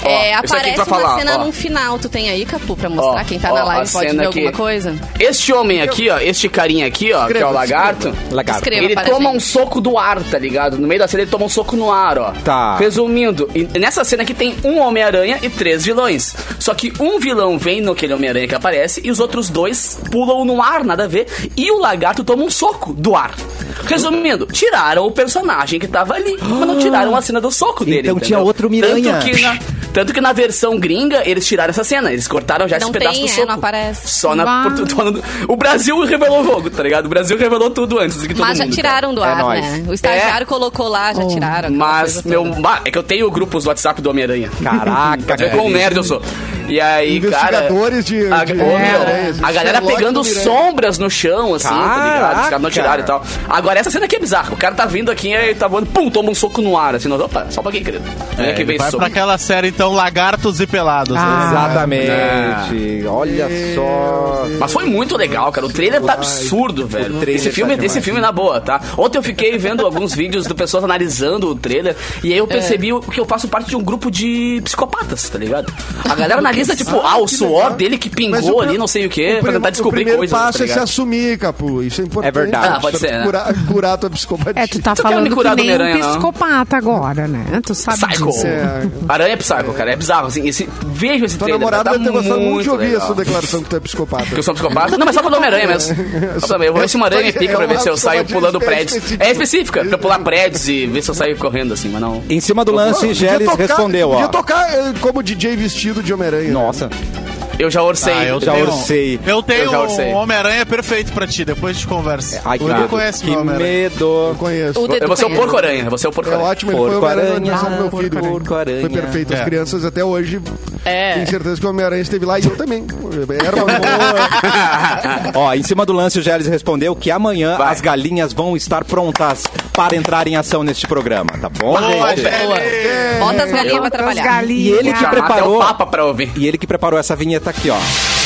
É, Ó, isso aqui aparece pra falar, uma cena ó. num final. Tu tem aí, Capu, pra mostrar? Ó, Quem tá ó, na a live pode cena ver aqui. alguma coisa? Este homem aqui, ó, este carinha aqui, ó, que é o lagarto. Lagarto. Escreva Ele para toma a um gente. soco do ar, tá ligado? No meio da cena ele toma um soco no ar, ó. Tá. Resumindo, e nessa cena aqui tem um Homem-Aranha e três vilões. Só que um vilão vem naquele Homem-Aranha que aparece e os outros dois pulam no ar, nada a ver. E o lagarto toma um soco do ar. Resumindo, tiraram o personagem que tava ali, mas não tiraram a cena do soco dele. Então tinha entendeu? outro Miranha. Tanto que, na, tanto que na versão gringa eles tiraram essa cena. Eles cortaram já Não esse pedaço tem, do é, soco. não aparece. Só na. Bah. Portu- falando- o Brasil revelou o jogo, tá ligado? O Brasil revelou tudo antes do que todo Mas já mundo, tiraram do É ar, nóis. né? O estagiário colocou lá, já tiraram. aquela Mas, coisa meu. toda. bah, É que eu tenho grupos do WhatsApp do Homem-Aranha. Caraca, Pra ver quão velho. nerd eu sou. E aí, cara. Investigadores de- A, de Ô, meu, Homem-Aranha, a galera Sherlock pegando do Miranha. sombras no chão, assim, tá ligado? Os caras não tiraram e tal. Agora, essa cena aqui é bizarra. O cara tá vindo aqui e tá voando, pum, toma um soco no ar. Assim, nós, opa, só pra quem, querido. É, É, que ele vem vai soco. pra aquela série, então, Lagartos e Pelados. Ah. né? Exatamente. Olha só. Mas foi muito legal, cara. O trailer tá absurdo, velho. trailer Esse filme, tá esse filme na boa, tá? Ontem eu fiquei vendo alguns vídeos de pessoas analisando o trailer e aí eu percebi que eu faço parte de um grupo de psicopatas, tá ligado? A galera analisa, tipo, ah, o que suor legal. dele que Mas pingou o ali, prim- não sei o o quê, pra prim- tentar descobrir O primeiro coisas, passo tá é se ligado? assumir, Capu. Isso é importante. É verdade. Ah, pode Pra ser, né? Curar, curar tua psicopatia. É, tu tá Tu quer me falando curar que do nem um Homem-Aranha, não? psicopata agora, né? Tu sabe Psycho. disso. É. Aranha é psycho, cara. É bizarro, assim. Esse, vejo esse Tua trailer. namorada tá deve ter gostado muito de ouvir legal. essa declaração que tu é psicopata. Que eu sou um psicopata? Não, mas só pra Homem-Aranha mesmo. Só pra ver. Eu vou ver se uma aranha me pica pra ver se eu saio pulando prédios. É específica, pra pular prédios e ver se eu saio correndo assim, mas não. Em cima do lance, Podia Gélis tocar- respondeu, ó. Podia tocar eh, como D J vestido de Homem-Aranha. Nossa. Eu já orcei. Ah, eu Já tenho, orcei. Eu tenho Eu já orcei. um Homem-Aranha perfeito pra ti, depois a gente conversa. Ai, Tu que não medo. conhece Que meu Homem-Aranha. medo. Eu conheço. O dedo Eu vou ser o conhece. porco-aranha. Você é o É porco-aranha. ótimo, ele foi o Porco-aranha, Homem-Aranha no aniversário do meu filho. porco-aranha. Foi perfeito. As É. crianças até hoje É. têm certeza que o Homem-Aranha esteve lá e eu também. Era uma Ó, em cima do lance, o Gélis respondeu que amanhã Vai. as galinhas vão estar prontas para entrar em ação neste programa, tá bom, Boa, gente? Gélis. Boa. Bota as galinhas pra As trabalhar. galinhas. E ele que Chamar até preparou. o Papa pra ouvir. E ele que preparou essa vinheta aqui, ó.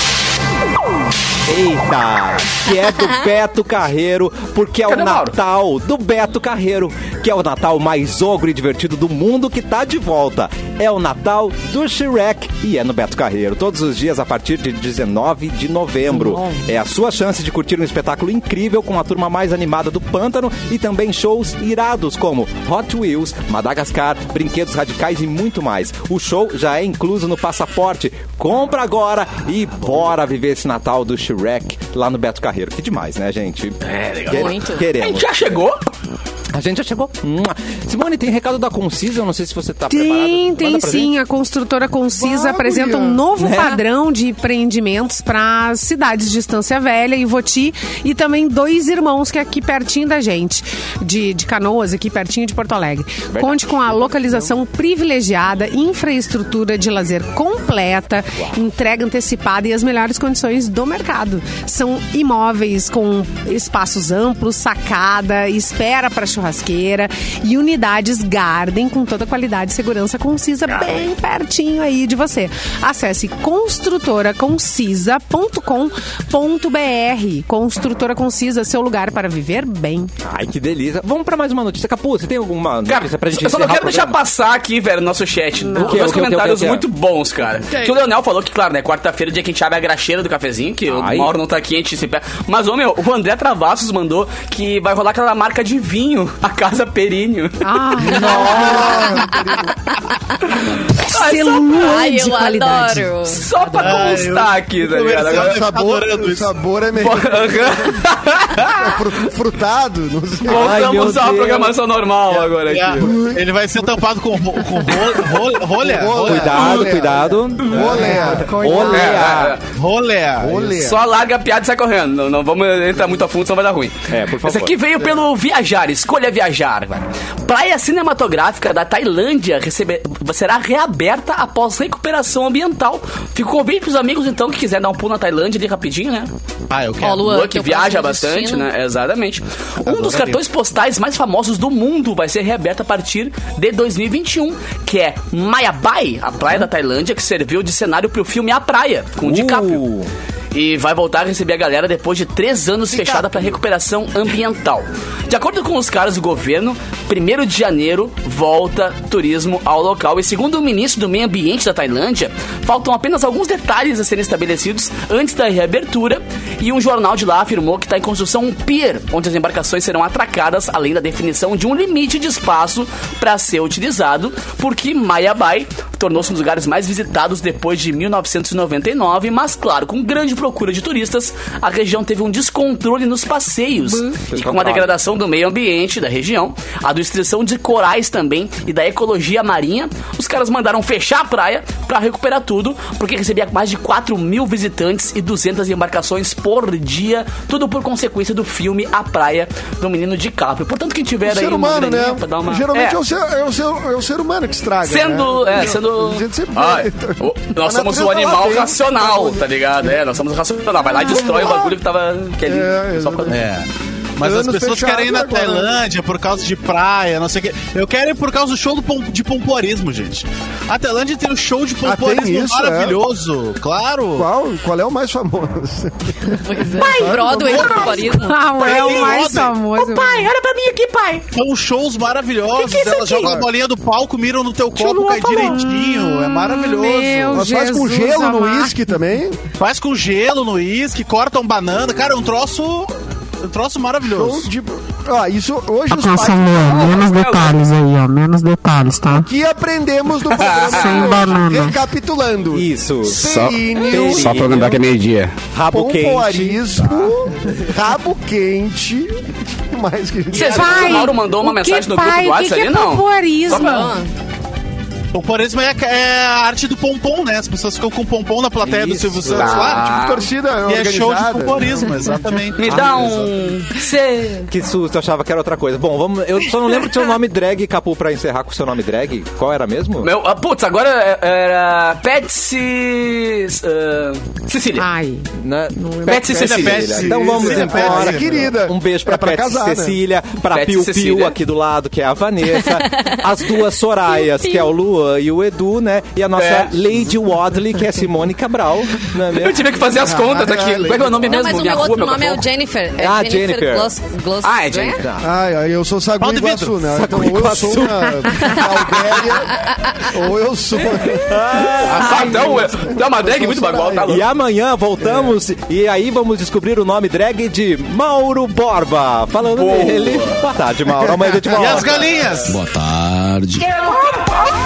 Eita, que é do Beto Carreiro, porque é Cadê o o Mauro? Natal do Beto Carreiro, que é o Natal mais ogro e divertido do mundo que tá de volta. É o Natal do Shrek e é no Beto Carreiro, todos os dias a partir de dezenove de novembro. É a sua chance de curtir um espetáculo incrível com a turma mais animada do Pântano e também shows irados como Hot Wheels, Madagascar, brinquedos radicais e muito mais. O show já é incluso no passaporte. Compra agora e bora viver esse Natal do Shrek lá no Beto Carreiro. Que demais, né, gente? É, legal. Que- Muito. A Queremos. gente já chegou? A gente já chegou. Mua. Simone, tem recado da Concisa? Eu não sei se você tá preparada. Tem, Manda tem pra sim. gente. A construtora Concisa Bah, apresenta um guria. novo Né? padrão de empreendimentos para as cidades de Estância Velha e Voti e também dois irmãos que é aqui pertinho da gente, de, de Canoas, aqui pertinho de Porto Alegre. Conte com a localização privilegiada, infraestrutura de lazer completa, entrega antecipada e as melhores condições do mercado. São imóveis com espaços amplos, sacada, espera para churrasqueira e unidades Garden com toda a qualidade e segurança concisa bem pertinho aí de você. Acesse construtora concisa ponto com ponto b r. Construtora Concisa, seu lugar para viver bem. Ai, que delícia. Vamos pra mais uma notícia. Capu, você tem alguma Cara, notícia pra gente eu só não encerrar quero o deixar programa? passar aqui, velho, no nosso chat. O quê? Dois O quê? O quê? comentários O quê? muito bons, cara. Que o Leonel falou que, claro, né, quarta-feira é o dia que a gente abre a graxeira do cafezinho, que Ai. o Mauro não tá aqui, a gente se pega. Mas, ô, meu, o André Travassos mandou que vai rolar aquela marca de vinho, a Casa Períneo. Ah, Ai, selu Ai, de eu qualidade. adoro. Só pra Ai, constar aqui, tá ligado? comercial Agora... de- O sabor, adorando o isso. sabor é meio é fru- frutado, não sei. Ai, meu Voltamos à Deus. programação normal agora aqui. É, ele vai ser tampado com, ro- com ro- ro- rolha. Rolha. Cuidado, Olha. cuidado. Olé. Olha. Rolha. Olé. Só larga a piada e sai correndo. Não, não vamos entrar muito a fundo, senão vai dar ruim. É, por favor. Esse aqui veio pelo Viajar, escolha viajar. Velho. Praia cinematográfica da Tailândia recebe... será reaberta após recuperação ambiental. Fica o convite pros amigos, então, que quiser dar um pulo na Tailândia ali rapidinho, né? Ah, eu Ó, quero. Luan, Luan, que teu viaja próximo bastante, destino. né? Exatamente. Um dos cartões postais mais famosos do mundo vai ser reaberto a partir de dois mil e vinte e um, que é Mayabai, a praia da Tailândia, que serviu de cenário pro filme A Praia, com o Uh. DiCaprio. e vai voltar a receber a galera depois de três anos fechada para recuperação ambiental. De acordo com os caras do governo, primeiro de janeiro volta turismo ao local. E segundo o ministro do Meio Ambiente da Tailândia, faltam apenas alguns detalhes a serem estabelecidos antes da reabertura. E um jornal de lá afirmou que está em construção um pier, onde as embarcações serão atracadas, além da definição de um limite de espaço para ser utilizado, porque Maya Bay tornou-se um dos lugares mais visitados depois de mil novecentos e noventa e nove, mas claro, com grande procura de turistas, a região teve um descontrole nos passeios. Uhum. E com a degradação do meio ambiente da região, a destruição de corais também e da ecologia marinha, os caras mandaram fechar a praia para recuperar tudo, porque recebia mais de quatro mil visitantes e duzentas embarcações por dia, tudo por consequência do filme A Praia, do menino DiCaprio. Portanto, quem tiver o aí ser humano, né? Pra dar uma... Geralmente é. É. É, o ser, é, o ser, é o ser humano que estraga, Sendo, né? é, sendo... A gente sempre Ah, vê. o- nós somos o animal racional, tá ligado? É, nós somos racional. Vai lá e destrói o bagulho que tava... Que ali, É, só por... É. Mas as Anos pessoas fechado querem ir na agora. Tailândia por causa de praia, não sei o quê. Eu quero ir por causa do show do pom- de pompoarismo, gente. A Tailândia tem um show de pompoarismo Ah, tem isso, maravilhoso. Claro. Qual, qual é o mais famoso? Pois é. Broadway do pompoarismo. Ah, é o Tem mais ordem. famoso. olha pra mim aqui, pai. São shows maravilhosos. Que que é isso Elas aqui? jogam a bolinha do palco, miram no teu copo, Luan cai falou. direitinho. É maravilhoso. Meu Nós faz com Jesus gelo no amado. uísque também. Faz com gelo no uísque, cortam banana. Cara, é um troço... Um troço maravilhoso. Show de... Ó, isso hoje os Atenção, pais... Leandro, menos detalhes aí, ó. Menos detalhes, tá? que aprendemos do programa Sem de hoje. banana. Recapitulando. Isso. Períneo, Só pra lembrar que é meio-dia. Rabo quente. pompoarismo, rabo quente. O que mais que a gente... Vocês Pai, viram que o Mauro mandou uma o que, mensagem no pai? grupo do O WhatsApp que que ali? é Não. pompoarismo? Só pra- Ah, Pompoarismo é, é a arte do pompom, né? As pessoas ficam com pompom na plateia do Isso. Silvio Santos Ah. lá. Tipo torcida E é show de organizada. pompoarismo, exatamente. Me dá um... Cê... Que susto, eu achava que era outra coisa. Bom, vamos, eu só não lembro do seu nome drag, Capu, pra encerrar com o seu nome drag. Qual era mesmo? Meu, ah, putz, agora é- era Patsy... Uh, Cecília. Ai. Na... Pet Cecília. Pet Então vamos Cecília, embora. Pet querida. Um beijo pra, É pra Pet casar, né? Cecília, pra Pet Piu Cecília. Piu aqui do lado, que é a Vanessa. As duas Soraias, que é o Luan e o Edu, né? E a nossa É. Lady Wadley, que é Simone Cabral. Não é Eu mesmo? tive que fazer as contas aqui. Como é que é o nome não, mesmo? mas o Minha meu rua, outro meu nome é o cachorro? Jennifer. É Ah, Jennifer. Gloss, Gloss, Ah, é Jennifer. Ai, ai, eu sou Sagu Pau de Iguaçu, vidro. né? Então, ou eu sou uma Calguéria, ou eu sou... Ah, então, é é uma drag muito bagual, tá E louco? amanhã voltamos e aí vamos descobrir o nome drag de Mauro Borba. Falando Boa. dele. Boa tarde, Mauro. Amanhã a gente volta. E as galinhas? Boa tarde.